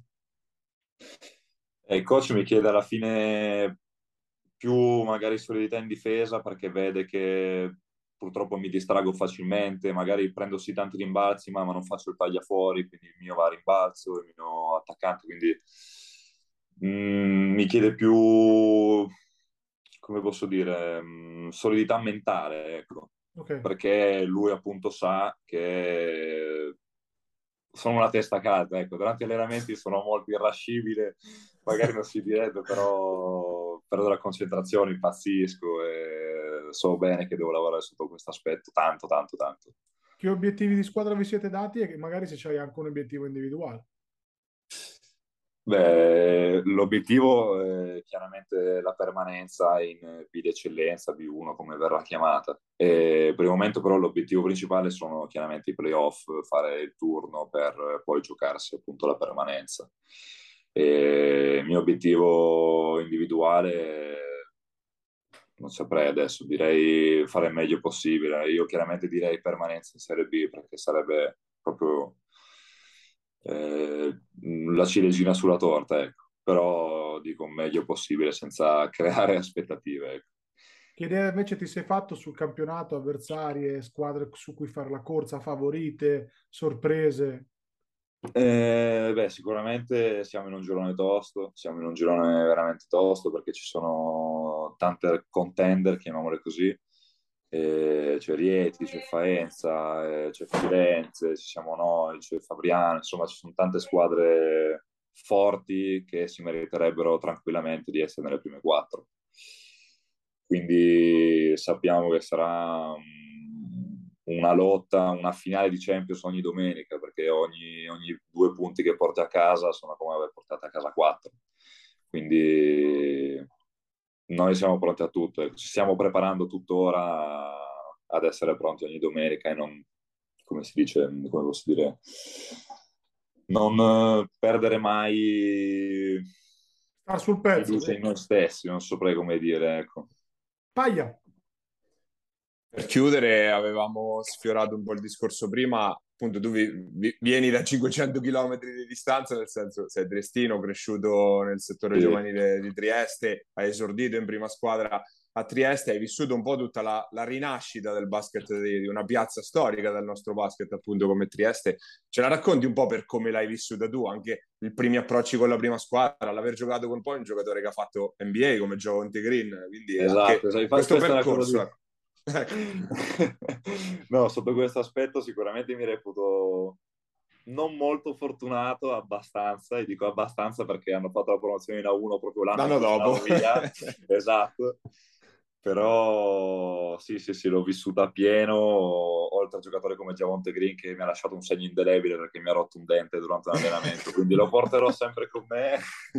E il coach mi chiede alla fine più magari solidità in difesa perché vede che purtroppo mi distrago facilmente, magari prendo sì tanti rimbalzi ma, ma non faccio il tagliafuori, quindi il mio va a rimbalzo, il mio attaccante, quindi mm, mi chiede più, come posso dire, mm, solidità mentale, ecco, Ok. perché lui appunto sa che sono una testa calda, ecco, durante gli allenamenti sono molto irascibile, magari non si direbbe, però perdo la concentrazione, impazzisco e so bene che devo lavorare sotto questo aspetto tanto, tanto, tanto. Che obiettivi di squadra vi siete dati e che magari se c'hai anche un obiettivo individuale? Beh, l'obiettivo è chiaramente la permanenza in B d'eccellenza, B uno come verrà chiamata. E per il momento però l'obiettivo principale sono chiaramente i playoff, fare il turno per poi giocarsi appunto la permanenza. E il mio obiettivo individuale non saprei adesso, direi fare il meglio possibile. Io chiaramente direi permanenza in Serie B perché sarebbe proprio eh, la ciliegina sulla torta, ecco. Però dico il meglio possibile senza creare aspettative, ecco. Che idea invece ti sei fatto sul campionato, avversarie, squadre su cui fare la corsa, favorite, sorprese? Eh, beh, sicuramente siamo in un girone tosto, siamo in un girone veramente tosto perché ci sono tante contender, chiamiamole così. Eh, c'è Rieti, c'è Faenza, eh, c'è Firenze, ci siamo noi, c'è Fabriano, insomma ci sono tante squadre forti che si meriterebbero tranquillamente di essere nelle prime quattro. Quindi sappiamo che sarà um, una lotta, una finale di Champions ogni domenica, perché ogni, ogni due punti che porti a casa sono come aver portato a casa quattro. Quindi noi siamo pronti a tutto, ci stiamo preparando tuttora ad essere pronti ogni domenica e non, come si dice, come posso dire, non eh, perdere mai Star sul pezzo, fiducia sì. in noi stessi, non saprei come dire, ecco. Paglia. Per chiudere, avevamo sfiorato un po' il discorso prima, appunto tu vi, vi, vieni da cinquecento chilometri di distanza, nel senso sei triestino, cresciuto nel settore Sì. giovanile di Trieste, hai esordito in prima squadra a Trieste, hai vissuto un po' tutta la, la rinascita del basket di, di una piazza storica del nostro basket, appunto come Trieste. Ce la racconti un po' per come l'hai vissuta tu, anche i primi approcci con la prima squadra, l'aver giocato con poi un giocatore che ha fatto N B A come Javonte Green, quindi anche Esatto, esatto. questo Questa è una percorso. cosa di... No, sotto questo aspetto sicuramente mi reputo non molto fortunato, abbastanza, e dico abbastanza perché hanno fatto la promozione in A uno proprio l'anno L'anno in cui dopo. stavo via. Esatto. Però sì, sì, sì, l'ho vissuta a pieno, oltre a giocatore come Javonte Green che mi ha lasciato un segno indelebile perché mi ha rotto un dente durante un allenamento, quindi lo porterò sempre con me.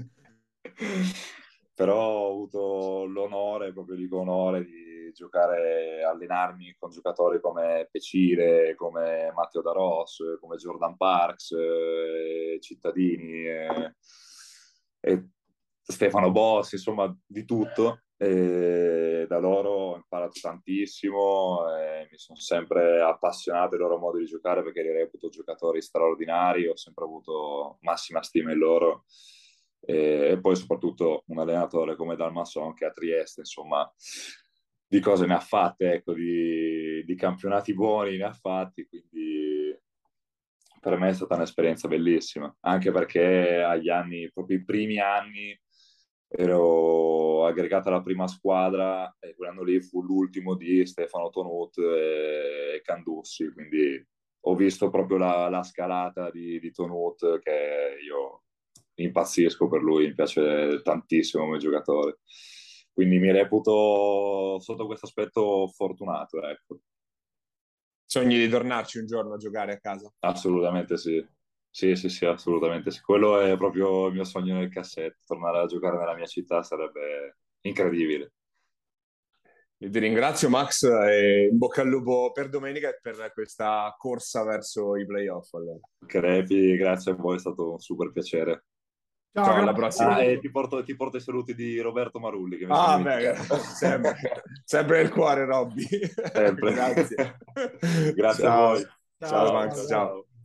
Però ho avuto l'onore, proprio dico onore, di giocare, allenarmi con giocatori come Pecire, come Matteo Daros, come Jordan Parks, eh, Cittadini, eh, e Stefano Bossi, insomma di tutto. E da loro ho imparato tantissimo e mi sono sempre appassionato ai loro modi di giocare perché li reputo giocatori straordinari, ho sempre avuto massima stima in loro. E, e poi soprattutto un allenatore come Dalmasson che a Trieste, insomma, di cose ne ha fatte, ecco, di, di campionati buoni ne ha fatti, quindi per me è stata un'esperienza bellissima, anche perché agli anni, proprio i primi anni, ero aggregato alla prima squadra e quell'anno lì fu l'ultimo di Stefano Tonut e Candussi, quindi ho visto proprio la, la scalata di, di Tonut, che io impazzisco per lui, mi piace tantissimo come giocatore, quindi mi reputo sotto questo aspetto fortunato, ecco. Sogni di tornarci un giorno a giocare a casa? Assolutamente sì. Sì, sì, sì, assolutamente sì. Quello è proprio il mio sogno nel cassetto. Tornare a giocare nella mia città sarebbe incredibile. Io ti ringrazio Max e in bocca al lupo per domenica e per questa corsa verso i playoff. Allora. Crepi, grazie a voi, è stato un super piacere. Ciao, Ciao, alla grazie. prossima. Ah, e ti porto, ti porto i saluti di Roberto Marulli, che mi sono Ah, beh, dimenticato. sempre, sempre nel cuore, Robby. Sempre. Grazie. Grazie a Ciao. voi. Ciao, Ciao, Max, ciao, ciao. ciao.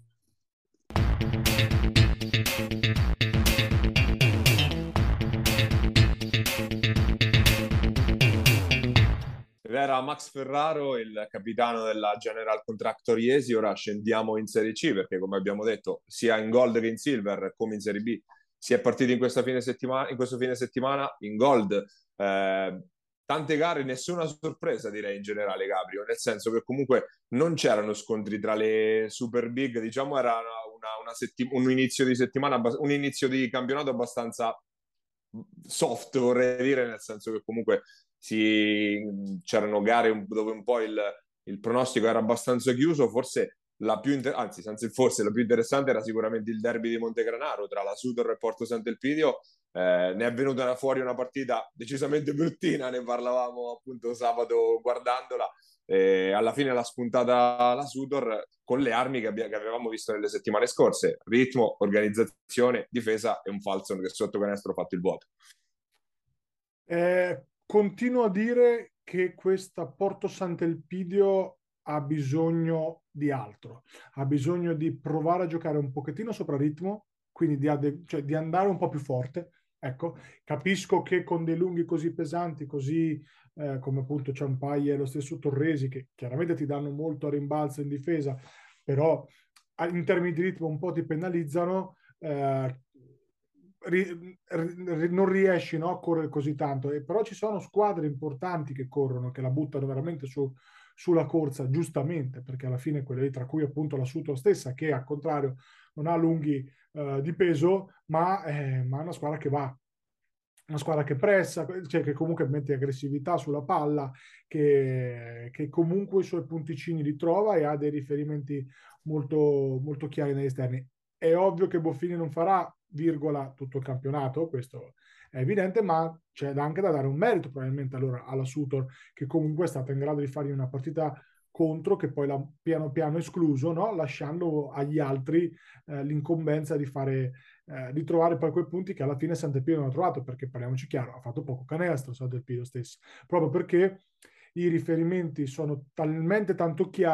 Ed era Max Ferraro, il capitano della General Contractor Iesi. Ora scendiamo in Serie C perché, come abbiamo detto, sia in Gold che in Silver, come in Serie B, si è partiti in, questa fine settimana, in questo fine settimana. In Gold, eh, tante gare, nessuna sorpresa direi in generale, Gabriel, nel senso che comunque non c'erano scontri tra le super big, diciamo era una, una setti- un inizio di settimana, un inizio di campionato abbastanza soft, vorrei dire, nel senso che comunque si, c'erano gare dove un po' il, il pronostico era abbastanza chiuso, forse la più inter- anzi, senza il forse, la più interessante era sicuramente il derby di Montegranaro tra la Sudor e Porto Sant'Elpidio. Eh, ne è venuta fuori una partita decisamente bruttina, ne parlavamo appunto sabato guardandola. E alla fine l'ha spuntata la Sudor con le armi che, abbia- che avevamo visto nelle settimane scorse: ritmo, organizzazione, difesa e un Falson che sotto canestro ha fatto il vuoto. Eh, continuo a dire che questa Porto Sant'Elpidio ha bisogno di altro, ha bisogno di provare a giocare un pochettino sopra ritmo, quindi di, ade- cioè di andare un po' più forte. Ecco, capisco che con dei lunghi così pesanti, così eh, come appunto Ciampaglia e lo stesso Torresi, che chiaramente ti danno molto a rimbalzo in difesa, però in termini di ritmo un po' ti penalizzano. Eh, ri, ri, non riesci, no, a correre così tanto, e però ci sono squadre importanti che corrono, che la buttano veramente su, sulla corsa, giustamente, perché alla fine quelle lì, tra cui appunto la Suto stessa, che al contrario non ha lunghi uh, di peso, ma, eh, ma è una squadra che va, una squadra che pressa, cioè che comunque mette aggressività sulla palla, che, che comunque i suoi punticini li trova e ha dei riferimenti molto, molto chiari negli esterni. È ovvio che Boffini non farà, virgola, tutto il campionato, questo è evidente, ma c'è anche da dare un merito probabilmente allora alla Sutor, che comunque è stata in grado di fargli una partita contro, che poi l'ha piano piano escluso, no? Lasciando agli altri eh, l'incombenza di fare, eh, di trovare poi quei punti che alla fine Sant'Elpidio non ha trovato, perché parliamoci chiaro, ha fatto poco canestro Sant'Elpidio stesso, proprio perché i riferimenti sono talmente tanto chiari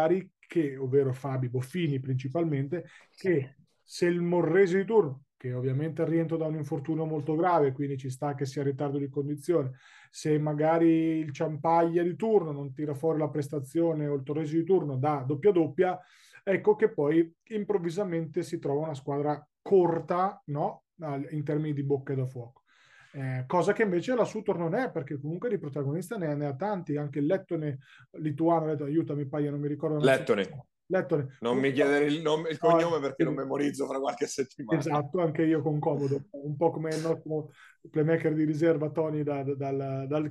che, ovvero Fabi Boffini principalmente, che se il Morresi di turno, che ovviamente è rientro da un infortunio molto grave, quindi ci sta che sia in ritardo di condizione, se magari il Ciampaglia di turno non tira fuori la prestazione o il Torresi di turno da doppia doppia, ecco che poi improvvisamente si trova una squadra corta, no? In termini di bocche da fuoco. Eh, cosa che invece la Sutor non è, perché comunque di protagonista ne, ne ha tanti, anche il lettone lituano, detto, aiutami Paia, non mi ricordo. Lettone. Lettone. Non mi chiedere il, nome, il cognome perché no, non memorizzo fra qualche settimana. Esatto, anche io con comodo, un po' come il nostro playmaker di riserva Tony da, da, dal, dal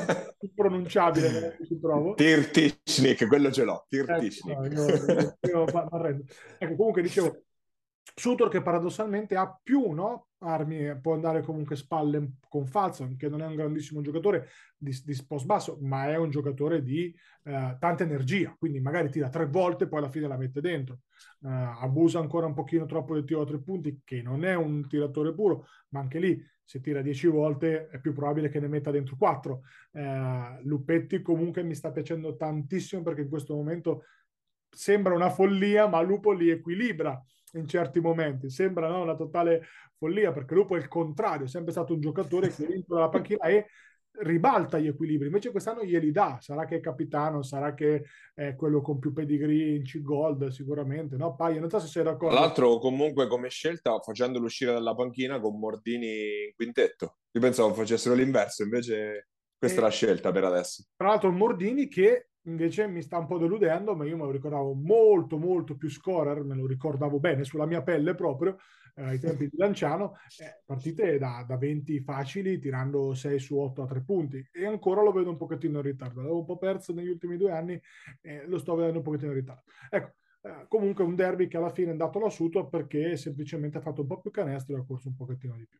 impronunciabile, ci trovo. Tirtishnik, quello ce l'ho, Ecco, Tirtishnik. no, io, io, io ecco, comunque dicevo, Sutor che paradossalmente ha più, no, armi, può andare comunque spalle con Falzon, che non è un grandissimo giocatore di, di post basso, ma è un giocatore di eh, tanta energia, quindi magari tira tre volte e poi alla fine la mette dentro. Uh, abusa ancora un pochino troppo del tiro a tre punti, che non è un tiratore puro, ma anche lì se tira dieci volte è più probabile che ne metta dentro quattro. Uh, Lupetti comunque mi sta piacendo tantissimo perché in questo momento sembra una follia, ma Lupo li equilibra in certi momenti. Sembra, no, una totale follia, perché Lupo è il contrario, è sempre stato un giocatore che entra dalla panchina e ribalta gli equilibri, invece quest'anno glieli dà. Sarà che è capitano, sarà che è quello con più pedigree in C-Gold sicuramente, no? Paia, non so se sei d'accordo. Tra l'altro comunque come scelta facendolo uscire dalla panchina con Mordini in quintetto, io pensavo facessero l'inverso, invece questa e... è la scelta per adesso. Tra l'altro Mordini che invece mi sta un po' deludendo, ma io me lo ricordavo molto molto più scorer, me lo ricordavo bene sulla mia pelle proprio eh, ai tempi di Lanciano, eh, partite da, da venti facili tirando sei su otto a tre punti, e ancora lo vedo un pochettino in ritardo. L'avevo un po' perso negli ultimi due anni, eh, lo sto vedendo un pochettino in ritardo. Ecco, eh, comunque un derby che alla fine è andato alla Sutor perché semplicemente ha fatto un po' più canestro e ha corso un pochettino di più.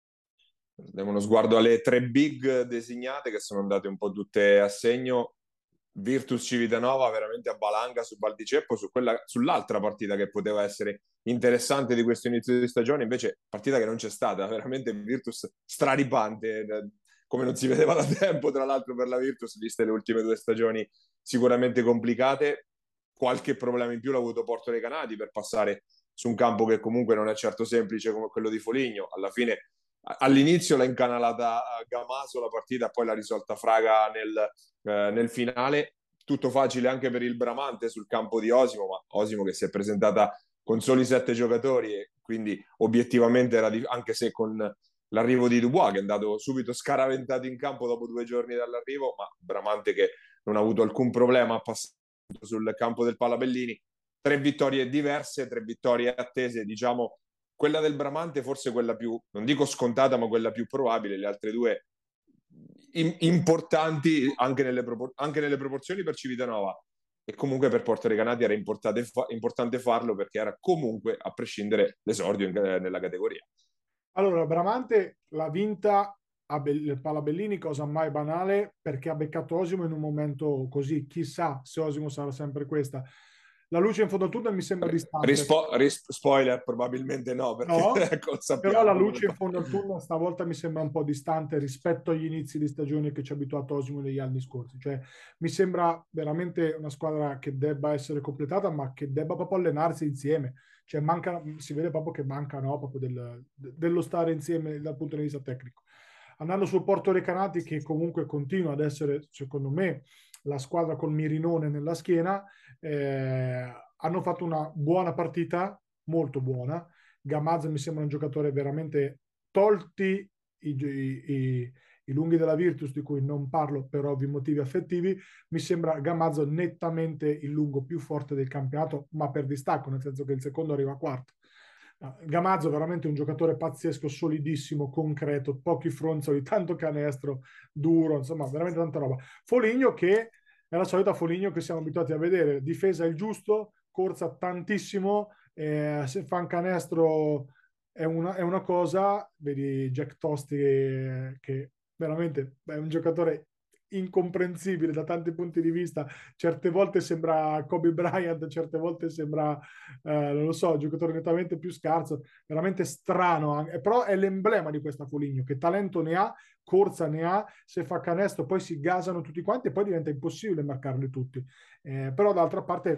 Diamo uno sguardo alle tre big designate che sono andate un po' tutte a segno. Virtus Civitanova veramente a valanga su Valdiceppo, su quella, sull'altra partita che poteva essere interessante di questo inizio di stagione, invece partita che non c'è stata, veramente Virtus straripante, come non si vedeva da tempo tra l'altro per la Virtus, viste le ultime due stagioni sicuramente complicate. Qualche problema in più l'ha avuto Porto Recanati per passare su un campo che comunque non è certo semplice come quello di Foligno. Alla fine all'inizio l'ha incanalata Gamaso la partita, poi l'ha risolta Fraga nel, eh, nel finale. Tutto facile anche per il Bramante sul campo di Osimo, ma Osimo che si è presentata con soli sette giocatori e quindi obiettivamente era di... anche se con l'arrivo di Dubois che è andato subito scaraventato in campo dopo due giorni dall'arrivo, ma Bramante che non ha avuto alcun problema a passare sul campo del Palabellini. Tre vittorie diverse, tre vittorie attese, diciamo. Quella del Bramante forse quella più, non dico scontata, ma quella più probabile. Le altre due in, importanti anche nelle, propor- anche nelle proporzioni per Civitanova, e comunque per Porto Recanati era importante, fa- importante farlo perché era comunque, a prescindere, l'esordio in, nella categoria. Allora, Bramante l'ha vinta a Be- Palabellini, cosa mai banale, perché ha beccato Osimo in un momento così. Chissà se Osimo sarà sempre questa. La luce in fondo al tunnel mi sembra distante. Rispo- ris- spoiler, probabilmente no, perché no, ecco, sappiamo, però la luce in fondo al tunnel stavolta mi sembra un po' distante rispetto agli inizi di stagione che ci ha abituato Osimo negli anni scorsi. Cioè, mi sembra veramente una squadra che debba essere completata, ma che debba proprio allenarsi insieme. Cioè, manca, si vede proprio che manca, no, proprio del, dello stare insieme dal punto di vista tecnico. Andando sul Porto Recanati, che comunque continua ad essere, secondo me, la squadra col mirinone nella schiena, eh, hanno fatto una buona partita, molto buona. Gamazza mi sembra un giocatore veramente, tolti i, i, i, i lunghi della Virtus, di cui non parlo per ovvi motivi affettivi, mi sembra Gamazzo nettamente il lungo più forte del campionato, ma per distacco, nel senso che il secondo arriva a quarto. Gamazzo veramente un giocatore pazzesco, solidissimo, concreto, pochi fronzoli, tanto canestro, duro, insomma veramente tanta roba. Foligno che è la solita Foligno che siamo abituati a vedere, difesa il giusto, corsa tantissimo, eh, se fa un canestro è una, è una cosa, vedi Jack Tosti che, che veramente è un giocatore incomprensibile da tanti punti di vista, certe volte sembra Kobe Bryant, certe volte sembra eh, non lo so, un giocatore nettamente più scarso, veramente strano anche. Però è l'emblema di questa Foligno, che talento ne ha, corsa ne ha, se fa canestro poi si gasano tutti quanti e poi diventa impossibile marcarli tutti, eh, però d'altra parte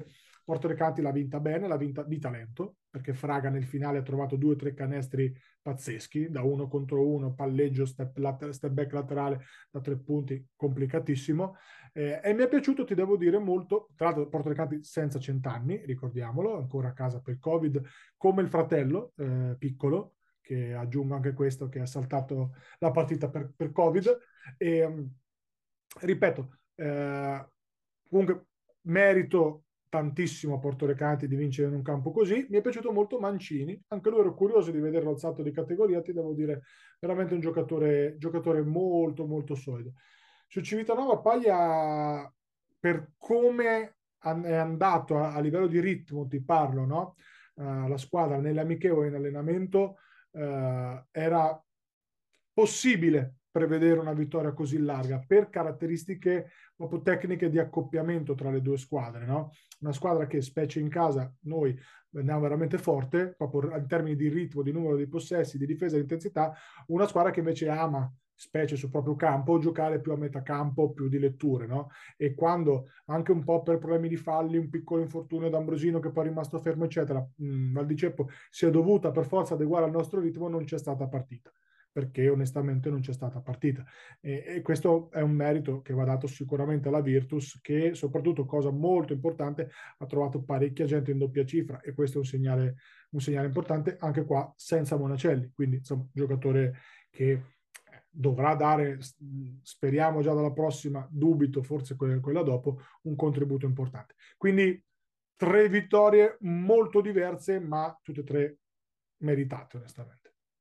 Porto Recati l'ha vinta bene, l'ha vinta di talento, perché Fraga nel finale ha trovato due o tre canestri pazzeschi, da uno contro uno, palleggio, step, later, step back laterale da tre punti, complicatissimo. Eh, e mi è piaciuto, ti devo dire, molto, tra l'altro Porto Recati senza cent'anni, ricordiamolo, ancora a casa per il Covid, come il fratello eh, piccolo, che aggiungo anche questo, che ha saltato la partita per, per Covid. E, ripeto, eh, comunque merito tantissimo a Porto Recati di vincere in un campo così. Mi è piaciuto molto Mancini, anche lui ero curioso di vederlo alzato di categoria, ti devo dire, veramente un giocatore, giocatore molto molto solido. Su Civitanova Paglia, per come è andato a, a livello di ritmo, ti parlo, no? Uh, la squadra nelle amichevoli in allenamento, uh, era possibile prevedere una vittoria così larga per caratteristiche proprio tecniche di accoppiamento tra le due squadre, no? Una squadra che, specie in casa, noi andiamo veramente forte, proprio in termini di ritmo, di numero di possessi, di difesa e di intensità, una squadra che invece ama, specie sul proprio campo, giocare più a metà campo, più di letture, no? E quando anche un po' per problemi di falli, un piccolo infortunio d'Ambrosino che poi è rimasto fermo, eccetera, mh, Val di Ceppo si è dovuta per forza adeguare al nostro ritmo, non c'è stata partita, perché onestamente non c'è stata partita. E, e questo è un merito che va dato sicuramente alla Virtus, che soprattutto, cosa molto importante, ha trovato parecchia gente in doppia cifra, e questo è un segnale, un segnale importante, anche qua senza Monacelli, quindi insomma un giocatore che dovrà dare, speriamo già dalla prossima, dubito forse quella, quella dopo, un contributo importante. Quindi tre vittorie molto diverse, ma tutte e tre meritate onestamente.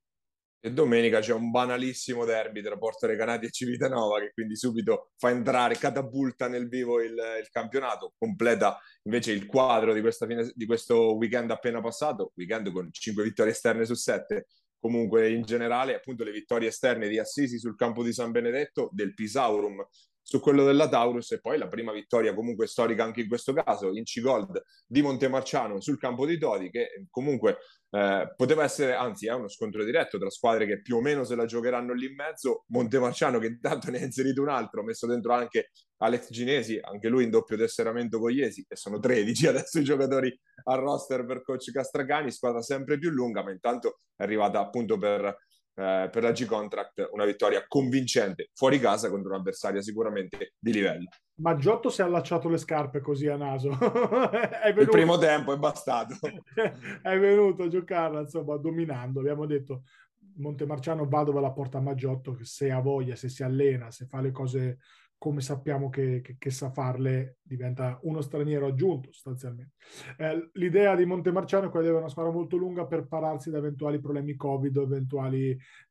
E domenica c'è un banalissimo derby tra Porto Recanati e Civitanova, che quindi subito fa entrare, catapulta nel vivo il, il campionato, completa invece il quadro di, questa fine, di questo weekend appena passato, weekend con cinque vittorie esterne su sette. Comunque in generale appunto le vittorie esterne di Assisi sul campo di San Benedetto, del Pisaurum su quello della Taurus, e poi la prima vittoria comunque storica anche in questo caso, Inci Gold di Montemarciano sul campo di Todi, che comunque eh, poteva essere, anzi è uno scontro diretto tra squadre che più o meno se la giocheranno lì in mezzo. Montemarciano che intanto ne ha inserito un altro, ha messo dentro anche Alex Ginesi, anche lui in doppio tesseramento con Iesi, e sono tredici adesso i giocatori al roster per coach Castracani, squadra sempre più lunga, ma intanto è arrivata appunto per Eh, per la G-Contract una vittoria convincente fuori casa contro un'avversaria sicuramente di livello. Maggiotto si è allacciato le scarpe così a naso. È venuto, il primo tempo è bastato. È venuto a giocarla, insomma, dominando. Abbiamo detto Montemarciano va dove la porta Maggiotto, che se ha voglia, se si allena, se fa le cose come sappiamo che, che, che sa farle, diventa uno straniero aggiunto sostanzialmente. Eh, l'idea di Montemarciano è quella di avere una squadra molto lunga per pararsi da eventuali problemi Covid, eventuali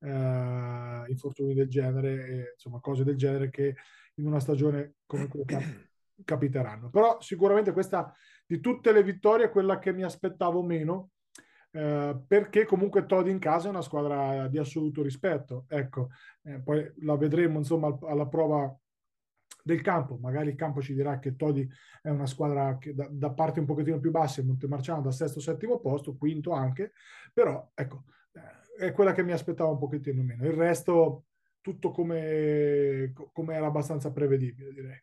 eh, infortuni del genere, e, insomma cose del genere che in una stagione come questa capiteranno. Però sicuramente questa, di tutte le vittorie, è quella che mi aspettavo meno, eh, perché comunque Todi in casa è una squadra di assoluto rispetto. Ecco, eh, poi la vedremo insomma alla prova del campo, magari il campo ci dirà che Todi è una squadra che da, da parte un pochettino più bassa, e Montemarciano da sesto settimo posto, quinto anche, però ecco, è quella che mi aspettavo un pochettino meno. Il resto tutto come, come era abbastanza prevedibile, direi.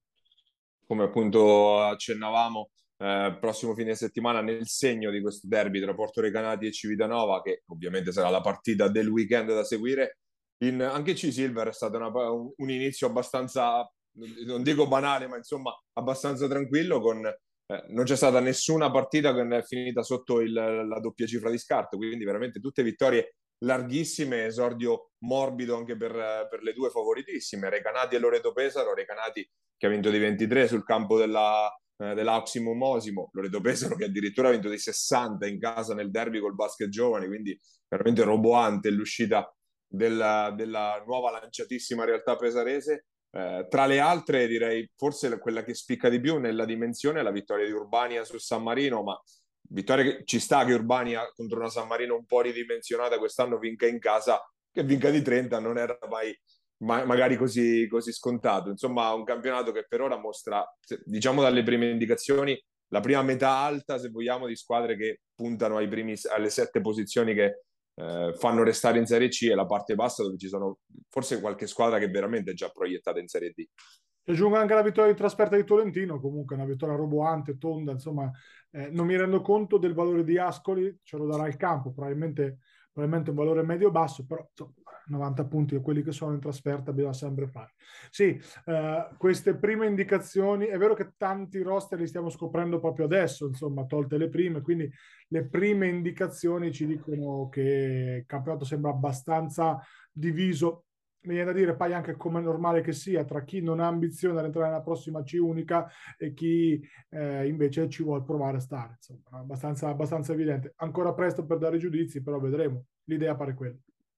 Come appunto accennavamo, eh, prossimo fine settimana nel segno di questo derby tra Porto Recanati e Civitanova, che ovviamente sarà la partita del weekend da seguire. In, anche C-Silver è stato una, un, un inizio abbastanza, non dico banale, ma insomma abbastanza tranquillo, con, eh, non c'è stata nessuna partita che è finita sotto il, la doppia cifra di scarto, quindi veramente tutte vittorie larghissime, esordio morbido anche per, per le due favoritissime, Recanati e Loreto Pesaro. Recanati che ha vinto di ventitré sul campo della, eh, dell'Auximum Mosimo, Loreto Pesaro che addirittura ha vinto di sessanta in casa nel derby col basket giovani, quindi veramente roboante l'uscita della, della nuova lanciatissima realtà pesarese. Eh, tra le altre direi forse quella che spicca di più nella dimensione è la vittoria di Urbania su San Marino, ma vittoria che ci sta che Urbania contro una San Marino un po' ridimensionata quest'anno vinca in casa, che vinca di trenta non era mai ma magari così, così scontato. Insomma, un campionato che per ora mostra, diciamo dalle prime indicazioni, la prima metà alta, se vogliamo, di squadre che puntano ai primi, alle sette posizioni che eh, fanno restare in Serie C, e la parte bassa dove ci sono forse qualche squadra che veramente è già proiettata in Serie D. Aggiungo anche la vittoria di trasferta di Tolentino, comunque una vittoria roboante, tonda, insomma, eh, non mi rendo conto del valore di Ascoli, ce lo darà il campo, probabilmente, probabilmente un valore medio-basso, però insomma, novanta punti e quelli che sono in trasferta bisogna sempre fare. Sì, eh, queste prime indicazioni, è vero che tanti roster li stiamo scoprendo proprio adesso, insomma, tolte le prime, quindi le prime indicazioni ci dicono che il campionato sembra abbastanza diviso. Mi viene da dire poi anche come è normale che sia tra chi non ha ambizione ad entrare nella prossima C unica e chi eh, invece ci vuole provare a stare, insomma, abbastanza, abbastanza evidente. Ancora presto per dare giudizi, però vedremo. L'idea pare quella.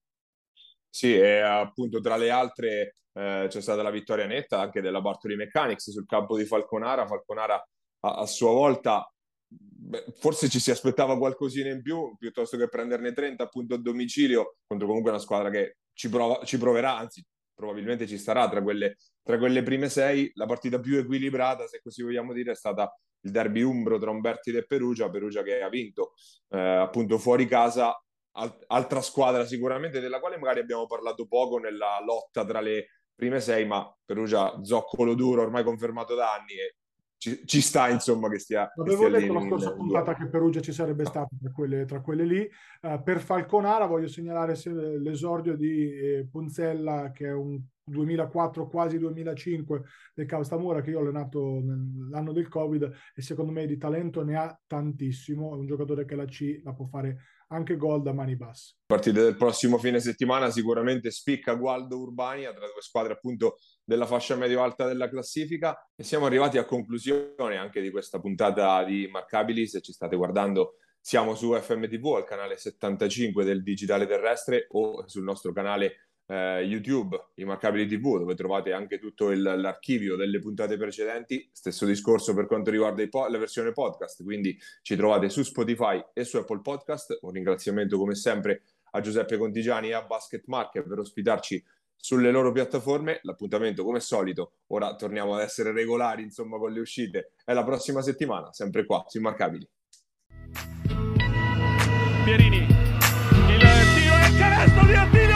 Sì, e appunto tra le altre eh, c'è stata la vittoria netta anche della Bartoli Mechanics sul campo di Falconara. Falconara a, a sua volta beh, forse ci si aspettava qualcosina in più, piuttosto che prenderne trenta appunto a domicilio contro comunque una squadra che ci, prova, ci proverà, anzi probabilmente ci starà tra quelle, tra quelle prime sei. La partita più equilibrata, se così vogliamo dire, è stata il derby umbro tra Umbertide e Perugia, Perugia che ha vinto eh, appunto fuori casa. Altra squadra sicuramente della quale magari abbiamo parlato poco nella lotta tra le prime sei, ma Perugia zoccolo duro ormai confermato da anni e ci, ci sta insomma che stia, che Avevo stia detto lì la scorsa in, puntata che Perugia ci sarebbe stata tra quelle, tra quelle lì. Uh, per Falconara voglio segnalare l'esordio di eh, Punzella, che è un duemilaquattro quasi duemilacinque del Cavstamura, che io ho allenato nell'anno del Covid e secondo me di talento ne ha tantissimo. È un giocatore che la C la può fare anche gol da mani basse. Partite del prossimo fine settimana sicuramente spicca Gualdo Urbania tra due squadre appunto della fascia medio-alta della classifica e siamo arrivati a conclusione anche di questa puntata di Immarcabili. Se ci state guardando siamo su F M T V al canale settantacinque del digitale terrestre o sul nostro canale eh, YouTube Immarcabili T V, dove trovate anche tutto il, l'archivio delle puntate precedenti. Stesso discorso per quanto riguarda i po- la versione podcast, quindi ci trovate su Spotify e su Apple Podcast. Un ringraziamento come sempre a Giuseppe Contigiani e a Basket Market per ospitarci sulle loro piattaforme. L'appuntamento come solito, ora torniamo ad essere regolari insomma con le uscite, è la prossima settimana, sempre qua su Immarcabili. Pierini, il tiro e il canestro di Attila!